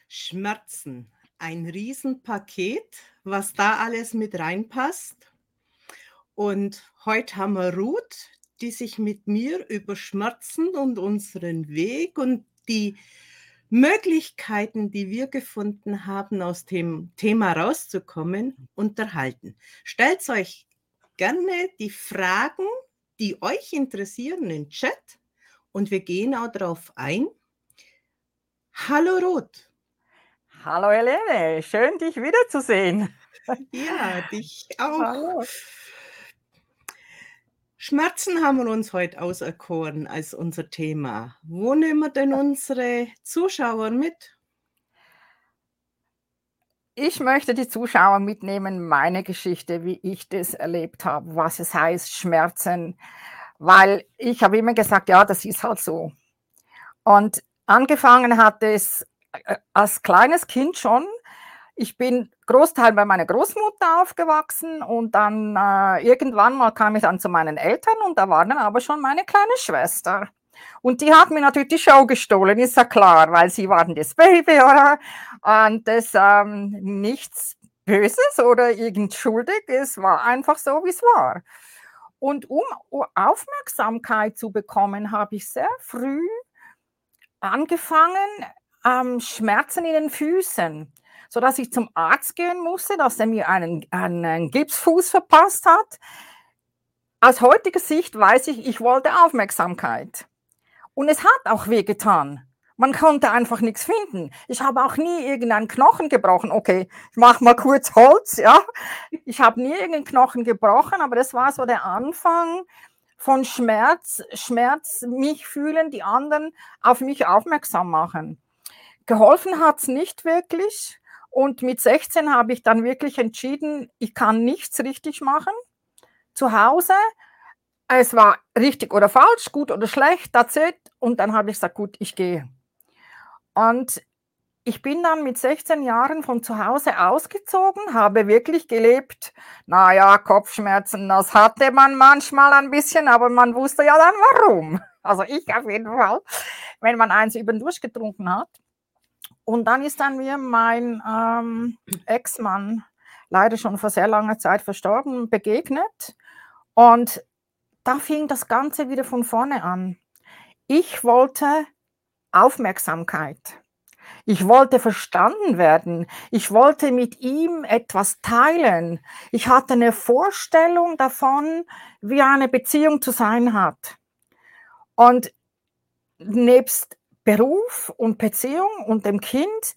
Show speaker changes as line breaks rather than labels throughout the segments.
Schmerzen, ein Riesenpaket, was da alles mit reinpasst. Und heute haben wir Ruth, die sich mit mir über Schmerzen und unseren Weg und die Möglichkeiten, die wir gefunden haben, aus dem Thema rauszukommen, unterhalten. Stellt euch gerne die Fragen, die euch interessieren, in den Chat und wir gehen auch darauf ein. Hallo Ruth.
Hallo Helene, schön dich wiederzusehen.
Ja, dich auch.
Hallo.
Schmerzen haben wir uns heute auserkoren als unser Thema. Wo nehmen wir denn unsere Zuschauer mit?
Ich möchte die Zuschauer mitnehmen, meine Geschichte, wie ich das erlebt habe, was es heißt, Schmerzen, weil ich habe immer gesagt, ja, das ist halt so. Und angefangen hat es als kleines Kind schon. Ich bin Großteil bei meiner Großmutter aufgewachsen und dann irgendwann mal kam ich dann zu meinen Eltern und da war dann aber schon meine kleine Schwester. Und die hat mir natürlich die Show gestohlen, ist ja klar, weil sie waren das Baby, oder? Und das nichts Böses oder irgend schuldig, es war einfach so, wie es war. Und um Aufmerksamkeit zu bekommen, habe ich sehr früh angefangen, Schmerzen in den Füßen, sodass ich zum Arzt gehen musste, dass er mir einen Gipsfuß verpasst hat. Aus heutiger Sicht weiß ich, ich wollte Aufmerksamkeit. Und es hat auch wehgetan. Man konnte einfach nichts finden. Ich habe auch nie irgendeinen Knochen gebrochen. Okay, ich mache mal kurz Holz, ja. Ich habe nie irgendeinen Knochen gebrochen, aber das war so der Anfang von Schmerz, mich fühlen, die anderen auf mich aufmerksam machen. Geholfen hat es nicht wirklich. Und mit 16 habe ich dann wirklich entschieden, ich kann nichts richtig machen. Zu Hause, es war richtig oder falsch, gut oder schlecht, that's it. Und dann habe ich gesagt, gut, ich gehe. Und ich bin dann mit 16 Jahren von zu Hause ausgezogen, habe wirklich gelebt. Naja, Kopfschmerzen, das hatte man manchmal ein bisschen, aber man wusste ja dann warum. Also ich auf jeden Fall, wenn man eins über den Durst getrunken hat. Und dann ist dann mir mein Ex-Mann, leider schon vor sehr langer Zeit verstorben, begegnet. Und da fing das Ganze wieder von vorne an. Ich wollte Aufmerksamkeit. Ich wollte verstanden werden. Ich wollte mit ihm etwas teilen. Ich hatte eine Vorstellung davon, wie eine Beziehung zu sein hat. Und nebst Beruf und Beziehung und dem Kind,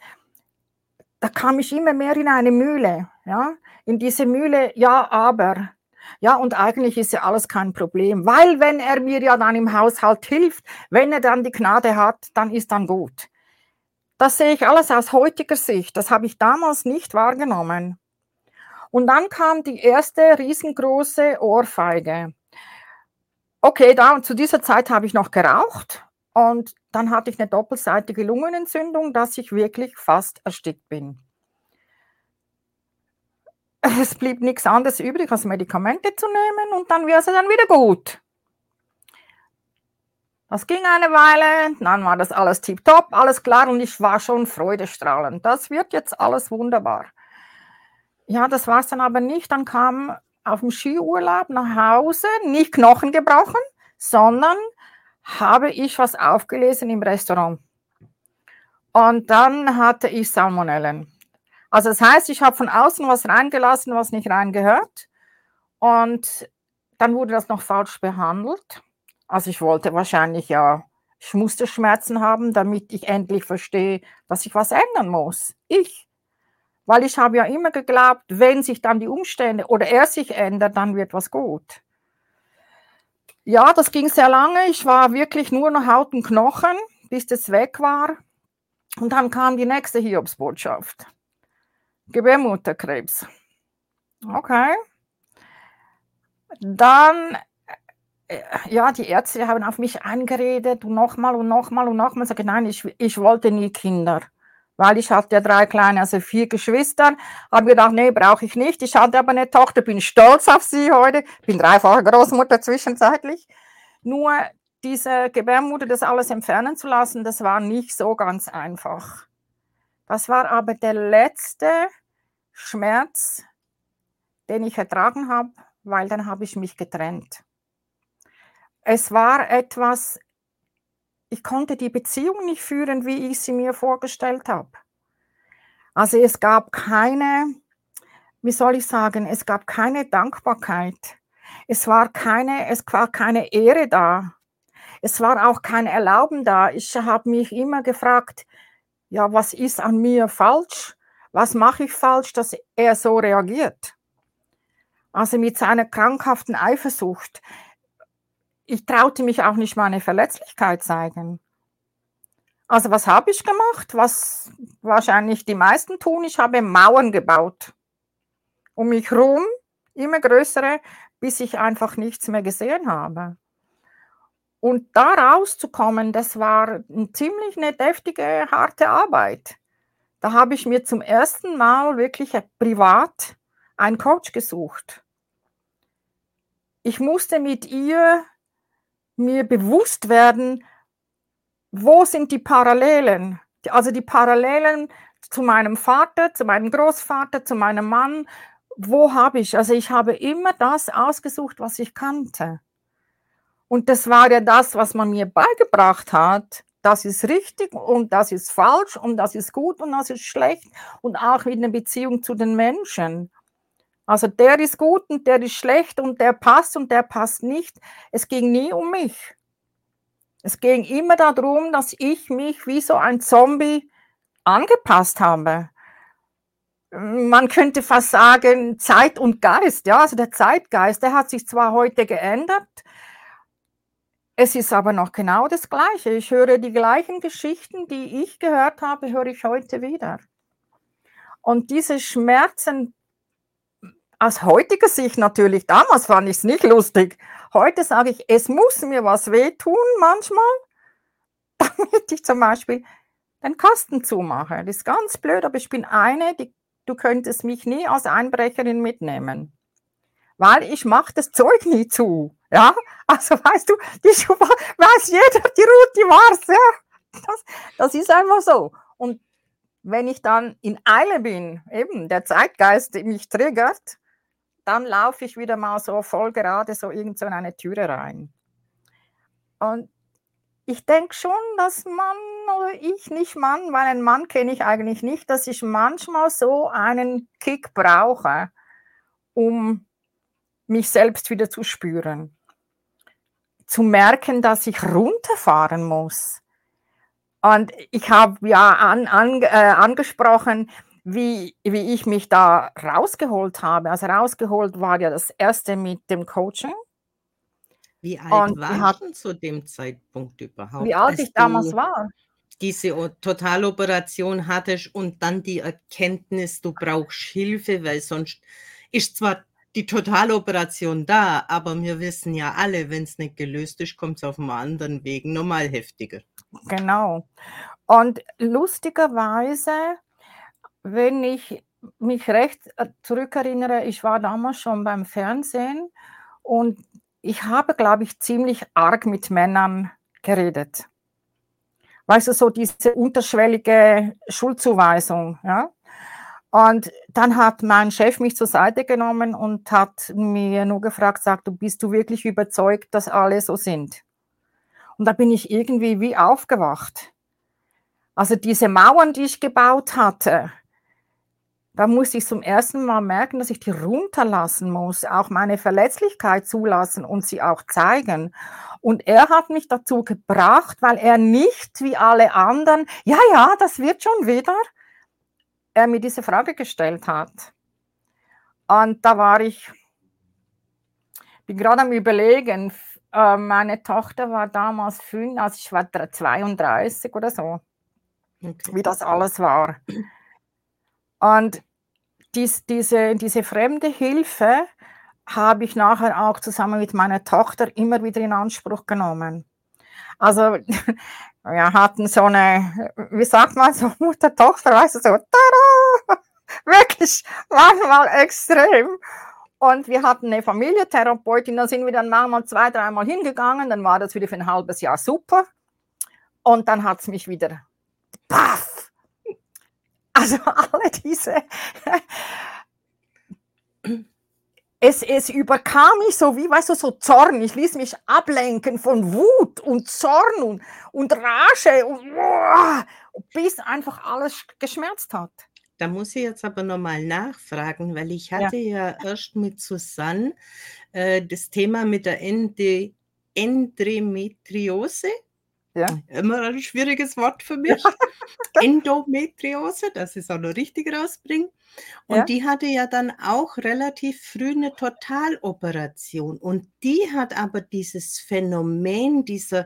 da kam ich immer mehr in eine Mühle. Ja? In diese Mühle, ja, aber. Ja, und eigentlich ist ja alles kein Problem, weil wenn er mir ja dann im Haushalt hilft, wenn er dann die Gnade hat, dann ist dann gut. Das sehe ich alles aus heutiger Sicht. Das habe ich damals nicht wahrgenommen. Und dann kam die erste riesengroße Ohrfeige. Okay, zu dieser Zeit habe ich noch geraucht und dann hatte ich eine doppelseitige Lungenentzündung, dass ich wirklich fast erstickt bin. Es blieb nichts anderes übrig, als Medikamente zu nehmen und dann wäre es dann wieder gut. Das ging eine Weile, dann war das alles tipptopp, alles klar und ich war schon freudestrahlend. Das wird jetzt alles wunderbar. Ja, das war es dann aber nicht. Dann kam auf dem Skiurlaub nach Hause, nicht Knochen gebrochen, sondern habe ich was aufgelesen im Restaurant. Und dann hatte ich Salmonellen. Also das heißt, ich habe von außen was reingelassen, was nicht reingehört. Und dann wurde das noch falsch behandelt. Also ich wollte wahrscheinlich ja, ich musste Schmerzen haben, damit ich endlich verstehe, dass ich was ändern muss. Weil ich habe ja immer geglaubt, wenn sich dann die Umstände oder er sich ändert, dann wird was gut. Ja, das ging sehr lange. Ich war wirklich nur noch Haut und Knochen, bis das weg war. Und dann kam die nächste Hiobsbotschaft. Gebärmutterkrebs. Okay. Dann, ja, die Ärzte haben auf mich eingeredet und nochmal und nochmal und nochmal. Ich sage, nein, ich wollte nie Kinder. Weil ich hatte ja 3 kleine, also 4 Geschwister. Habe gedacht, nee, brauche ich nicht. Ich hatte aber eine Tochter, bin stolz auf sie heute. Bin 3-fache Großmutter zwischenzeitlich. Nur diese Gebärmutter, das alles entfernen zu lassen, das war nicht so ganz einfach. Das war aber der letzte Schmerz, den ich ertragen habe, weil dann habe ich mich getrennt. Es war etwas, ich konnte die Beziehung nicht führen, wie ich sie mir vorgestellt habe. Also es gab keine, wie soll ich sagen, es gab keine Dankbarkeit. Es war keine Ehre da. Es war auch kein Erlauben da. Ich habe mich immer gefragt, ja, was ist an mir falsch? Was mache ich falsch, dass er so reagiert? Also mit seiner krankhaften Eifersucht. Ich traute mich auch nicht meine Verletzlichkeit zeigen. Also was habe ich gemacht? Was wahrscheinlich die meisten tun, ich habe Mauern gebaut. Um mich herum, immer größere, bis ich einfach nichts mehr gesehen habe. Und da rauszukommen, das war ziemlich eine deftige, harte Arbeit. Da habe ich mir zum ersten Mal wirklich privat einen Coach gesucht. Ich musste mit ihr mir bewusst werden, wo sind die Parallelen? Also die Parallelen zu meinem Vater, zu meinem Großvater, zu meinem Mann. Wo habe ich? Also ich habe immer das ausgesucht, was ich kannte. Und das war ja das, was man mir beigebracht hat. Das ist richtig und das ist falsch und das ist gut und das ist schlecht und auch in der Beziehung zu den Menschen. Also der ist gut und der ist schlecht und der passt nicht. Es ging nie um mich. Es ging immer darum, dass ich mich wie so ein Zombie angepasst habe. Man könnte fast sagen, Zeit und Geist. Ja, also der Zeitgeist, der hat sich zwar heute geändert, es ist aber noch genau das Gleiche. Ich höre die gleichen Geschichten, die ich gehört habe, höre ich heute wieder. Und diese Schmerzen, aus heutiger Sicht natürlich, damals fand ich es nicht lustig. Heute sage ich, es muss mir was wehtun manchmal, damit ich zum Beispiel den Kasten zumache. Das ist ganz blöd, aber ich bin eine, du könntest mich nie als Einbrecherin mitnehmen. Weil ich mache das Zeug nie zu. Ja, also weißt du, weiß jeder, die Ruth, die war's. Ja, das ist einfach so. Und wenn ich dann in Eile bin, eben der Zeitgeist mich triggert, dann laufe ich wieder mal so voll gerade so irgendwo in eine Türe rein. Und ich denke schon, dass man, oder ich nicht Mann, weil einen Mann kenne ich eigentlich nicht, dass ich manchmal so einen Kick brauche, um mich selbst wieder zu spüren. Zu merken, dass ich runterfahren muss. Und ich habe ja angesprochen, wie ich mich da rausgeholt habe. Also rausgeholt war ja das erste mit dem Coaching.
Wie alt warst du zu dem Zeitpunkt überhaupt,
wie alt
als
ich damals
du
war?
diese Totaloperation hattest und dann die Erkenntnis, du brauchst Hilfe, weil sonst ist zwar die Totaloperation da, aber wir wissen ja alle, wenn es nicht gelöst ist, kommt es auf einem anderen Weg nochmal heftiger.
Genau. Und lustigerweise, wenn ich mich recht zurückerinnere, ich war damals schon beim Fernsehen und ich habe, glaube ich, ziemlich arg mit Männern geredet. Weißt du, so diese unterschwellige Schuldzuweisung, ja? Und dann hat mein Chef mich zur Seite genommen und hat mir nur gefragt, sagt du, bist du wirklich überzeugt, dass alle so sind? Und da bin ich irgendwie wie aufgewacht. Also diese Mauern, die ich gebaut hatte, da musste ich zum ersten Mal merken, dass ich die runterlassen muss, auch meine Verletzlichkeit zulassen und sie auch zeigen. Und er hat mich dazu gebracht, weil er nicht wie alle anderen, ja, das wird schon wieder, er mir diese Frage gestellt hat. Und da bin gerade am Überlegen, meine Tochter war damals 5, also ich war 32 oder so, okay, wie das alles war. Und diese fremde Hilfe habe ich nachher auch zusammen mit meiner Tochter immer wieder in Anspruch genommen. Also wir hatten so eine, wie sagt man, so Mutter-Tochter, weißt du, so, tada! Wirklich manchmal extrem. Und wir hatten eine Familientherapeutin, da sind wir dann manchmal 2, 3 Mal hingegangen, dann war das wieder für ein halbes Jahr super. Und dann hat es mich wieder, paff, Also alle diese, es überkam mich so wie, weißt du, so Zorn. Ich ließ mich ablenken von Wut und Zorn und Rage bis einfach alles geschmerzt hat.
Da muss ich jetzt aber nochmal nachfragen, weil ich
Ja.
hatte ja erst mit Susanne das Thema mit der Endometriose.
Ja.
Immer ein schwieriges Wort für mich. Endometriose, dass ich es auch noch richtig rausbringe. Und
Ja.
die hatte ja dann auch relativ früh eine Totaloperation. Und die hat aber dieses Phänomen dieser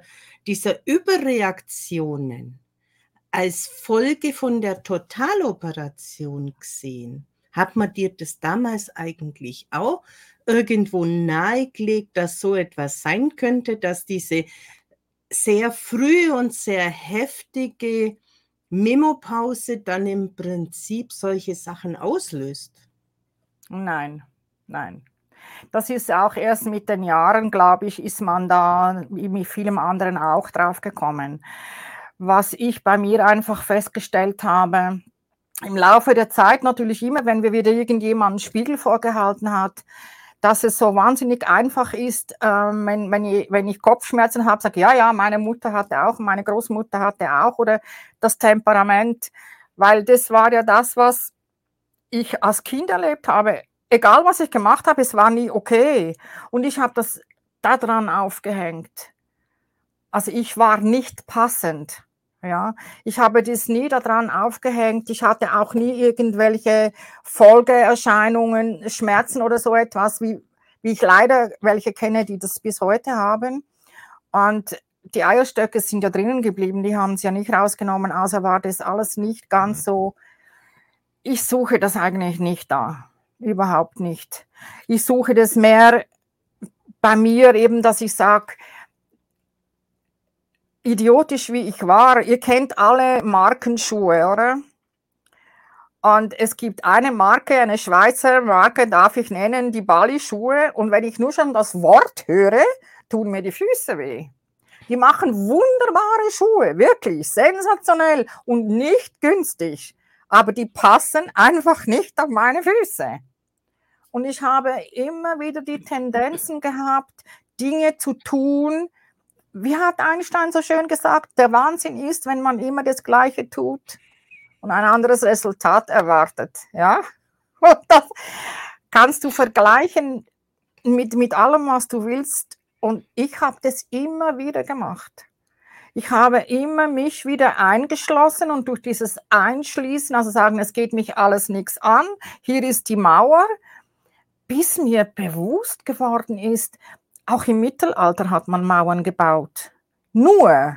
Überreaktionen als Folge von der Totaloperation gesehen. Hat man dir das damals eigentlich auch irgendwo nahegelegt, dass so etwas sein könnte, dass diese sehr frühe und sehr heftige Menopause dann im Prinzip solche Sachen auslöst?
Nein, nein. Das ist auch erst mit den Jahren, glaube ich, ist man da wie mit vielem anderen auch drauf gekommen. Was ich bei mir einfach festgestellt habe, im Laufe der Zeit natürlich immer, wenn mir wieder irgendjemand einen Spiegel vorgehalten hat, dass es so wahnsinnig einfach ist, wenn ich Kopfschmerzen habe, sage ich, ja, meine Mutter hatte auch, meine Großmutter hatte auch oder das Temperament, weil das war ja das, was ich als Kind erlebt habe. Egal, was ich gemacht habe, es war nie okay. Und ich habe das daran aufgehängt. Also ich war nicht passend. Ja, ich habe das nie daran aufgehängt. Ich hatte auch nie irgendwelche Folgeerscheinungen, Schmerzen oder so etwas, wie ich leider welche kenne, die das bis heute haben. Und die Eierstöcke sind ja drinnen geblieben, die haben es ja nicht rausgenommen, also war das alles nicht ganz so. Ich suche das eigentlich nicht da, überhaupt nicht. Ich suche das mehr bei mir eben, dass ich sage, idiotisch wie ich war, ihr kennt alle Markenschuhe, oder? Und es gibt eine Marke, eine Schweizer Marke, darf ich nennen, die Bali-Schuhe. Und wenn ich nur schon das Wort höre, tun mir die Füße weh. Die machen wunderbare Schuhe, wirklich sensationell und nicht günstig. Aber die passen einfach nicht auf meine Füße. Und ich habe immer wieder die Tendenzen gehabt, Dinge zu tun. Wie hat Einstein so schön gesagt, der Wahnsinn ist, wenn man immer das Gleiche tut und ein anderes Resultat erwartet. Ja? Und das kannst du vergleichen mit allem, was du willst. Und ich habe das immer wieder gemacht. Ich habe immer mich wieder eingeschlossen und durch dieses Einschließen, also sagen, es geht mich alles nichts an, hier ist die Mauer, bis mir bewusst geworden ist, auch im Mittelalter hat man Mauern gebaut. Nur,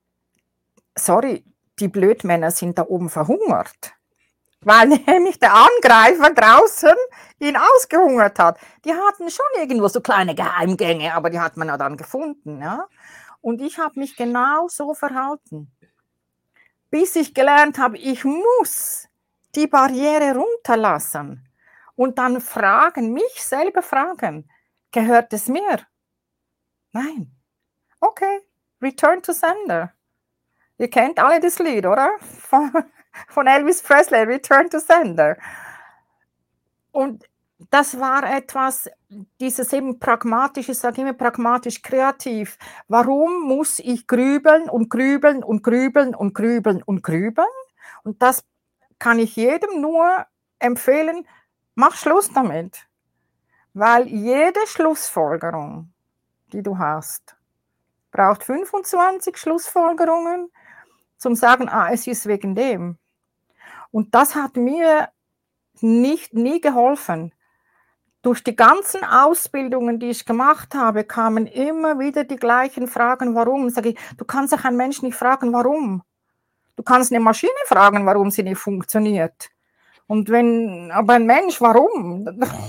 sorry, die Blödmänner sind da oben verhungert, weil nämlich der Angreifer draußen ihn ausgehungert hat. Die hatten schon irgendwo so kleine Geheimgänge, aber die hat man ja dann gefunden. Ja? Und ich habe mich genau so verhalten, bis ich gelernt habe, ich muss die Barriere runterlassen und dann mich selber fragen, gehört es mir? Nein. Okay, Return to Sender. Ihr kennt alle das Lied, oder? Von Elvis Presley, Return to Sender. Und das war etwas, dieses eben pragmatisch, ich sage immer pragmatisch kreativ. Warum muss ich grübeln und grübeln und grübeln und grübeln und grübeln? Und das kann ich jedem nur empfehlen, mach Schluss damit. Weil jede Schlussfolgerung, die du hast, braucht 25 Schlussfolgerungen zum sagen, es ist wegen dem. Und das hat mir nie geholfen. Durch die ganzen Ausbildungen, die ich gemacht habe, kamen immer wieder die gleichen Fragen, warum. Sag ich, du kannst auch einen Menschen nicht fragen, warum. Du kannst eine Maschine fragen, warum sie nicht funktioniert. Aber ein Mensch, warum?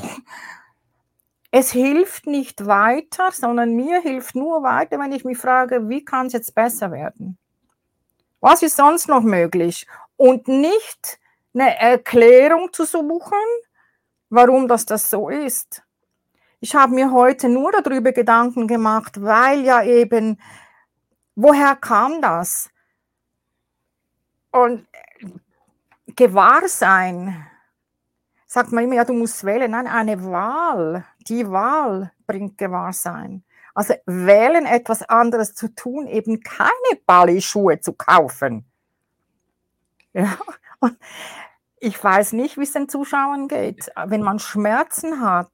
Es hilft nicht weiter, sondern mir hilft nur weiter, wenn ich mich frage, wie kann es jetzt besser werden? Was ist sonst noch möglich? Und nicht eine Erklärung zu suchen, warum das so ist. Ich habe mir heute nur darüber Gedanken gemacht, weil ja eben, woher kam das? Und Gewahrsein, sagt man immer, ja, du musst wählen. Nein, eine Wahl, die Wahl bringt Gewahrsein. Also wählen, etwas anderes zu tun, eben keine Ballischuhe zu kaufen. Ja, und ich weiß nicht, wie es den Zuschauern geht. Wenn man Schmerzen hat,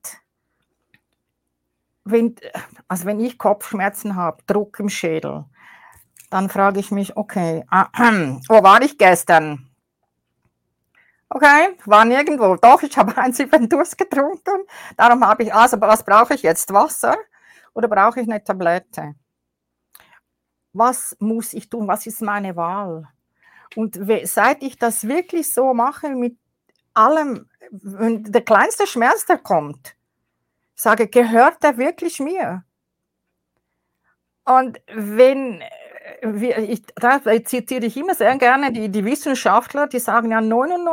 wenn ich Kopfschmerzen habe, Druck im Schädel, dann frage ich mich, okay, wo war ich gestern? Okay, war nirgendwo. Doch, ich habe 1 über den Durst getrunken. Darum habe ich, also was brauche ich jetzt? Wasser oder brauche ich eine Tablette? Was muss ich tun? Was ist meine Wahl? Und seit ich das wirklich so mache, mit allem, wenn der kleinste Schmerz, der kommt, sage, gehört der wirklich mir? Und wenn da zitiere ich immer sehr gerne die Wissenschaftler, die sagen ja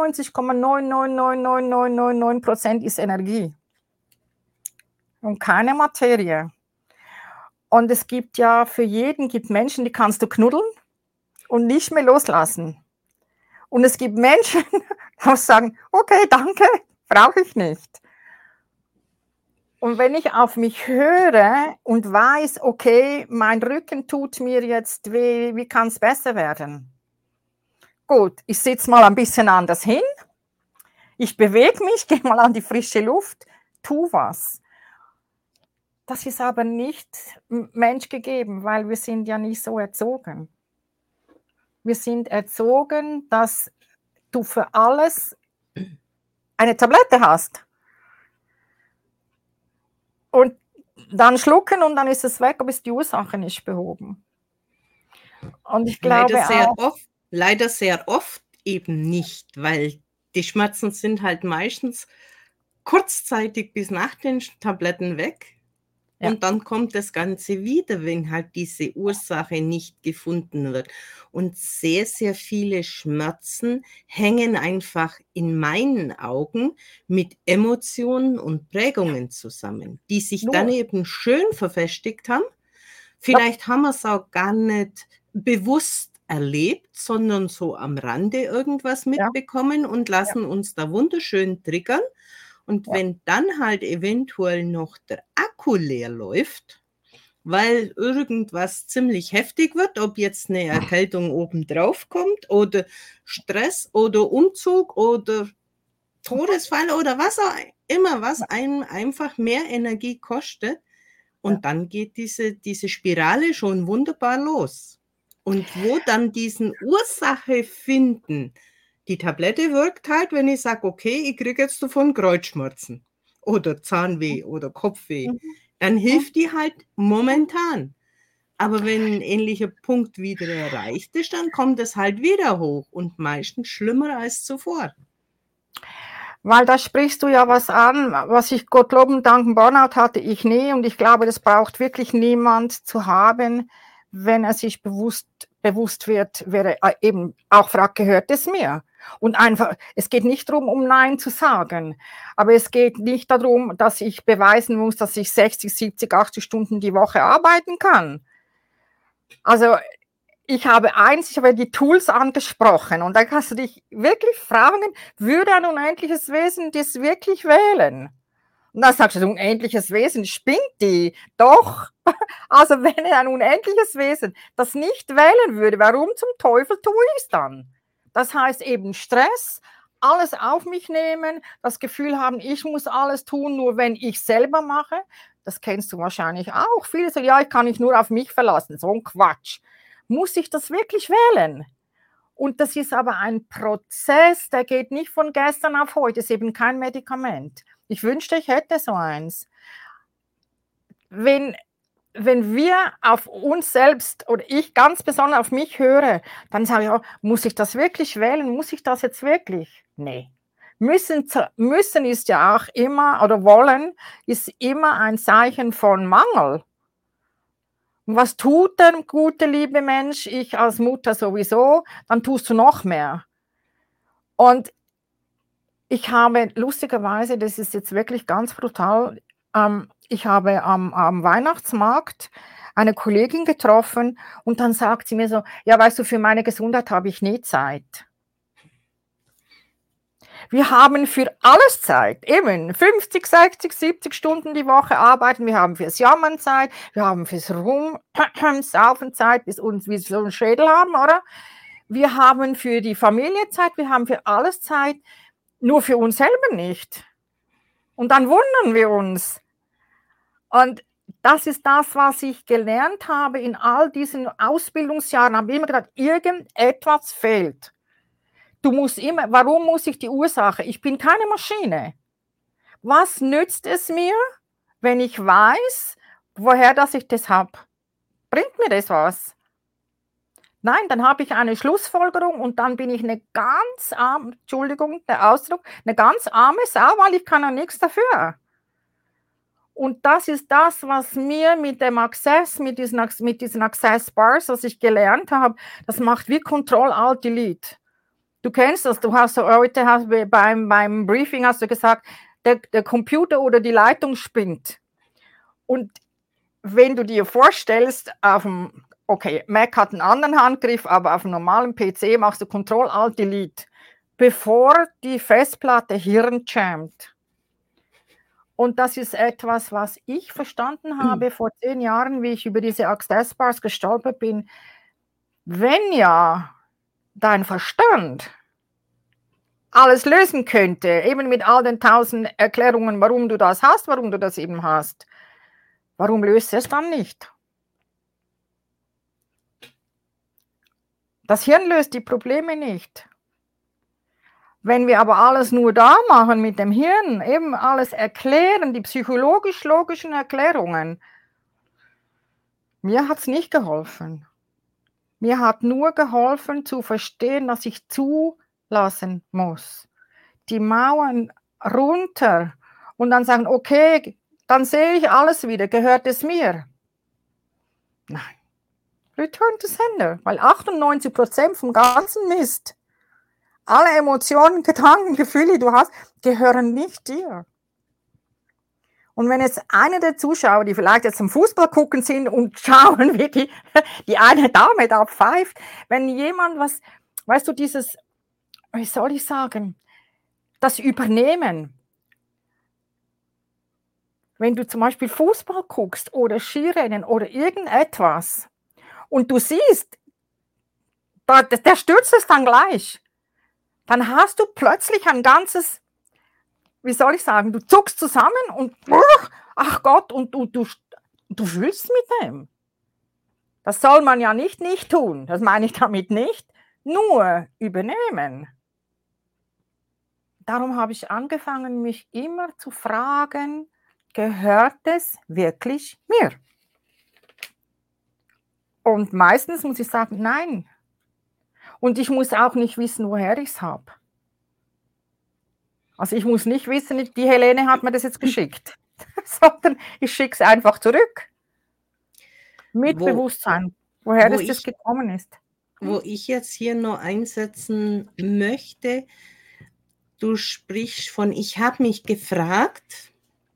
99,9999999% ist Energie und keine Materie. Und es gibt ja für jeden gibt Menschen, die kannst du knuddeln und nicht mehr loslassen. Und es gibt Menschen, die sagen, okay, danke, brauche ich nicht. Und wenn ich auf mich höre und weiß, okay, mein Rücken tut mir jetzt weh, wie kann es besser werden? Gut, ich sitze mal ein bisschen anders hin, ich bewege mich, gehe mal an die frische Luft, tu was. Das ist aber nicht menschgegeben, weil wir sind ja nicht so erzogen. Wir sind erzogen, dass du für alles eine Tablette hast. Und dann schlucken und dann ist es weg, aber ist die Ursache nicht behoben. Und ich glaube
leider sehr oft eben nicht, weil die Schmerzen sind halt meistens kurzzeitig bis nach den Tabletten weg. Ja. Und dann kommt das Ganze wieder, wenn halt diese Ursache nicht gefunden wird. Und sehr, sehr viele Schmerzen hängen einfach in meinen Augen mit Emotionen und Prägungen zusammen, die sich dann eben schön verfestigt haben. Vielleicht haben wir es auch gar nicht bewusst erlebt, sondern so am Rande irgendwas mitbekommen und lassen uns da wunderschön triggern. Und wenn dann halt eventuell noch der Akku leer läuft, weil irgendwas ziemlich heftig wird, ob jetzt eine Erkältung obendrauf kommt oder Stress oder Umzug oder Todesfall oder was auch immer, was einem einfach mehr Energie kostet. Und dann geht diese Spirale schon wunderbar los. Und wo dann diesen Ursache finden, die Tablette wirkt halt, wenn ich sage, okay, ich kriege jetzt davon Kreuzschmerzen oder Zahnweh oder Kopfweh, dann hilft die halt momentan. Aber wenn ein ähnlicher Punkt wieder erreicht ist, dann kommt es halt wieder hoch und meistens schlimmer als zuvor.
Weil da sprichst du ja was an, was ich Gott loben danken, Burnout hatte ich nie und ich glaube, das braucht wirklich niemand zu haben, wenn er sich bewusst wird, wer eben auch fragt, gehört es mir? Und einfach, es geht nicht darum, um Nein zu sagen, aber es geht nicht darum, dass ich beweisen muss, dass ich 60, 70, 80 Stunden die Woche arbeiten kann. Also ich habe die Tools angesprochen und da kannst du dich wirklich fragen, würde ein unendliches Wesen das wirklich wählen? Und dann sagst du, ein unendliches Wesen, spinnt die? Doch. Also wenn ein unendliches Wesen das nicht wählen würde, warum zum Teufel tue ich es dann? Das heißt eben Stress, alles auf mich nehmen, das Gefühl haben, ich muss alles tun, nur wenn ich selber mache. Das kennst du wahrscheinlich auch. Viele sagen, ja, ich kann mich nur auf mich verlassen. So ein Quatsch. Muss ich das wirklich wählen? Und das ist aber ein Prozess, der geht nicht von gestern auf heute. Das ist eben kein Medikament. Ich wünschte, ich hätte so eins. Wenn wir auf uns selbst oder ich ganz besonders auf mich höre, dann sage ich, oh, muss ich das wirklich wählen? Muss ich das jetzt wirklich? Nee. Müssen ist ja auch immer, oder wollen, ist immer ein Zeichen von Mangel. Und was tut der gute, liebe Mensch? Ich als Mutter sowieso, dann tust du noch mehr. Und ich habe lustigerweise, das ist jetzt wirklich ganz brutal, ich habe am Weihnachtsmarkt eine Kollegin getroffen und dann sagt sie mir so, ja, weißt du, für meine Gesundheit habe ich nie Zeit. Wir haben für alles Zeit, eben 50, 60, 70 Stunden die Woche arbeiten, wir haben fürs Jammern Zeit, wir haben fürs Rumsaufen Zeit, bis wir so einen Schädel haben, oder? Wir haben für die Familie Zeit, wir haben für alles Zeit, nur für uns selber nicht. Und dann wundern wir uns. Und das ist das, was ich gelernt habe in all diesen Ausbildungsjahren. Habe ich immer gedacht, irgendetwas fehlt. Warum muss ich die Ursache? Ich bin keine Maschine. Was nützt es mir, wenn ich weiß, woher dass ich das habe? Bringt mir das was? Nein, dann habe ich eine Schlussfolgerung und dann bin ich eine ganz arme, Entschuldigung, der Ausdruck, eine ganz arme Sau, weil ich kann ja nichts dafür. Und das ist das, was mir mit dem Access, mit diesen Access Bars, was ich gelernt habe, das macht wie Control-Alt-Delete. Du kennst das, beim Briefing hast du gesagt, der Computer oder die Leitung spinnt. Und wenn du dir vorstellst, Mac hat einen anderen Handgriff, aber auf einem normalen PC machst du Control-Alt-Delete, bevor die Festplatte Hirn jammt. Und das ist etwas, was ich verstanden habe vor 10 Jahren, wie ich über diese Access Bars gestolpert bin. Wenn ja dein Verstand alles lösen könnte, eben mit all den 1000 Erklärungen, warum du das hast, warum du das eben hast, warum löst es dann nicht? Das Hirn löst die Probleme nicht. Wenn wir aber alles nur da machen mit dem Hirn, eben alles erklären, die psychologisch-logischen Erklärungen, mir hat es nicht geholfen. Mir hat nur geholfen zu verstehen, dass ich zulassen muss. Die Mauern runter und dann sagen, okay, dann sehe ich alles wieder, gehört es mir? Nein. Return to sender, weil 98% vom ganzen Mist, alle Emotionen, Gedanken, Gefühle, die du hast, gehören nicht dir. Und wenn jetzt einer der Zuschauer, die vielleicht jetzt zum Fußball gucken sind und schauen, wie die eine Dame da pfeift, wenn jemand weißt du, wie soll ich sagen, das Übernehmen. Wenn du zum Beispiel Fußball guckst oder Skirennen oder irgendetwas und du siehst, der stürzt es dann gleich, dann hast du plötzlich ein ganzes, wie soll ich sagen, du zuckst zusammen und ach Gott, und du fühlst mit dem. Das soll man ja nicht tun, das meine ich damit nicht, nur übernehmen. Darum habe ich angefangen, mich immer zu fragen, gehört es wirklich mir? Und meistens muss ich sagen, nein. Und ich muss auch nicht wissen, woher ich es habe. Also ich muss nicht wissen, die Helene hat mir das jetzt geschickt, sondern ich schicke es einfach zurück. Mit Bewusstsein, woher das gekommen ist.
Wo ich jetzt hier noch einsetzen möchte, du sprichst von, ich habe mich gefragt,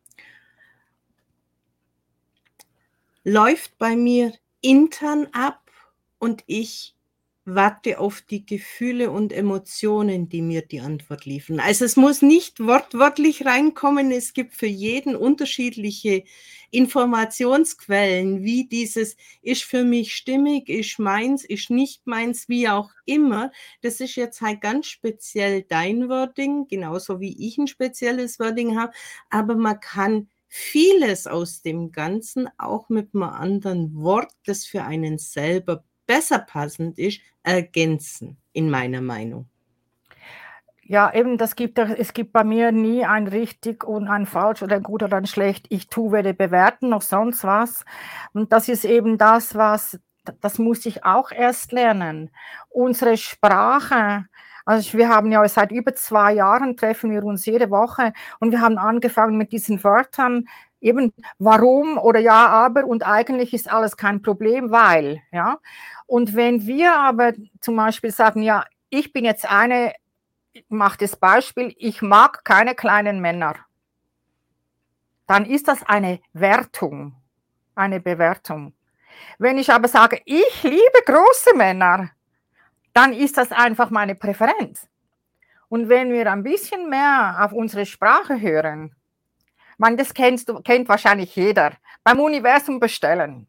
läuft bei mir intern ab und ich warte auf die Gefühle und Emotionen, die mir die Antwort liefern. Also es muss nicht wortwörtlich reinkommen, es gibt für jeden unterschiedliche Informationsquellen, wie dieses ist für mich stimmig, ist meins, ist nicht meins, wie auch immer. Das ist jetzt halt ganz speziell dein Wording, genauso wie ich ein spezielles Wording habe, aber man kann vieles aus dem Ganzen auch mit einem anderen Wort, das für einen selber besser passend ist, ergänzen, in meiner Meinung.
Ja, eben, es gibt bei mir nie ein richtig und ein falsch oder ein gut oder ein schlecht. Ich tue weder bewerten noch sonst was. Und das ist eben das muss ich auch erst lernen. Unsere Sprache, also wir haben ja seit über 2 Jahren treffen wir uns jede Woche und wir haben angefangen mit diesen Wörtern, eben warum oder ja, aber und eigentlich ist alles kein Problem, weil, ja. Und wenn wir aber zum Beispiel sagen, ja, ich bin jetzt ich mache das Beispiel, ich mag keine kleinen Männer, dann ist das eine Wertung, eine Bewertung. Wenn ich aber sage, ich liebe große Männer, dann ist das einfach meine Präferenz. Und wenn wir ein bisschen mehr auf unsere Sprache hören, man, das kennt wahrscheinlich jeder, beim Universum bestellen.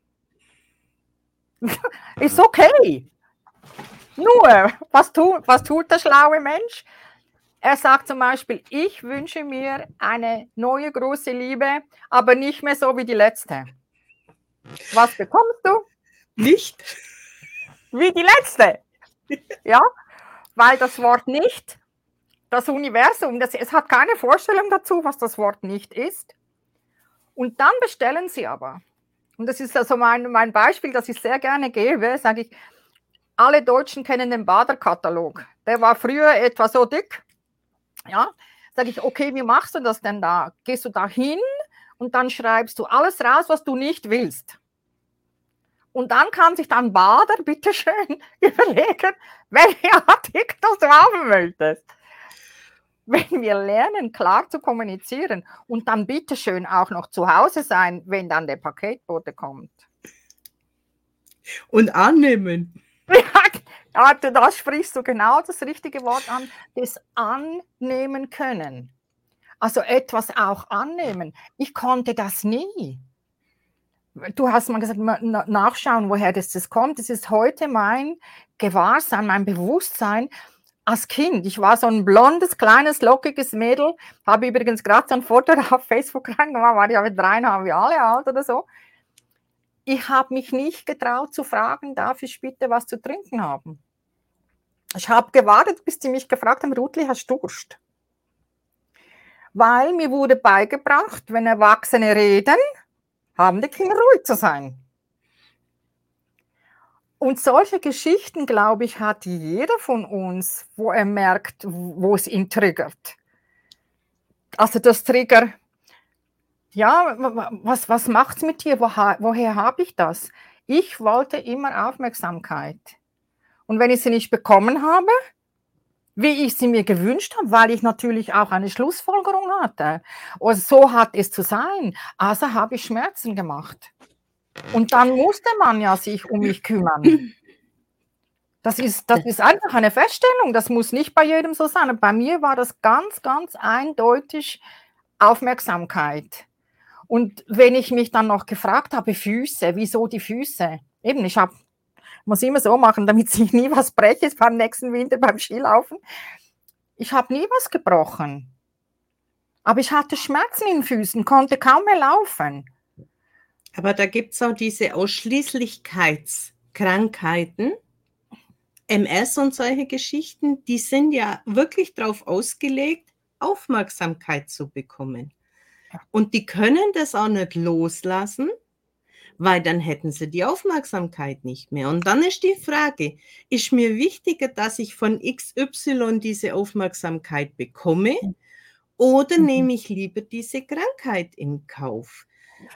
Ist okay. Nur, was tut der schlaue Mensch? Er sagt zum Beispiel, ich wünsche mir eine neue große Liebe, aber nicht mehr so wie die letzte. Was bekommst du?
Nicht
wie die letzte. Ja, weil das Wort nicht, das Universum, es hat keine Vorstellung dazu, was das Wort nicht ist. Und dann bestellen sie aber. Und das ist also mein Beispiel, das ich sehr gerne gebe, sage ich, alle Deutschen kennen den Bader-Katalog. Der war früher etwa so dick. Ja, sage ich, okay, wie machst du das denn da? Gehst du da hin und dann schreibst du alles raus, was du nicht willst. Und dann kann sich dann Bader, bitteschön, überlegen, welche Artikel du haben möchtest. Wenn wir lernen, klar zu kommunizieren und dann bitteschön auch noch zu Hause sein, wenn dann der Paketbote kommt.
Und annehmen.
Ja, da sprichst du genau das richtige Wort an, das Annehmen können. Also etwas auch annehmen. Ich konnte das nie. Du hast mal gesagt, nachschauen, woher das kommt. Das ist heute mein Gewahrsein, mein Bewusstsein als Kind. Ich war so ein blondes, kleines, lockiges Mädel. Habe übrigens gerade so ein Foto auf Facebook reingemacht, war ich aber 3,5 Jahre alt oder so. Ich habe mich nicht getraut zu fragen, darf ich bitte was zu trinken haben? Ich habe gewartet, bis die mich gefragt haben, Rutli, hast du Durst? Weil mir wurde beigebracht, wenn Erwachsene reden, haben die Kinder ruhig zu sein. Und solche Geschichten, glaube ich, hat jeder von uns, wo er merkt, wo es ihn triggert. Also das Trigger, ja, was macht es mit dir? Woher habe ich das? Ich wollte immer Aufmerksamkeit. Und wenn ich sie nicht bekommen habe, wie ich sie mir gewünscht habe, weil ich natürlich auch eine Schlussfolgerung hatte. Und so hat es zu sein. Also habe ich Schmerzen gemacht. Und dann musste man ja sich um mich kümmern. Das ist einfach eine Feststellung. Das muss nicht bei jedem so sein. Und bei mir war das ganz, ganz eindeutig Aufmerksamkeit. Und wenn ich mich dann noch gefragt habe, Füße, wieso die Füße? Eben, muss immer so machen, damit sich nie was breche beim nächsten Winter beim Skilaufen. Ich habe nie was gebrochen. Aber ich hatte Schmerzen in den Füßen, konnte kaum mehr laufen.
Aber da gibt es auch diese Ausschließlichkeitskrankheiten, MS und solche Geschichten, die sind ja wirklich darauf ausgelegt, Aufmerksamkeit zu bekommen. Und die können das auch nicht loslassen, weil dann hätten sie die Aufmerksamkeit nicht mehr. Und dann ist die Frage, ist mir wichtiger, dass ich von XY diese Aufmerksamkeit bekomme oder nehme ich lieber diese Krankheit in Kauf?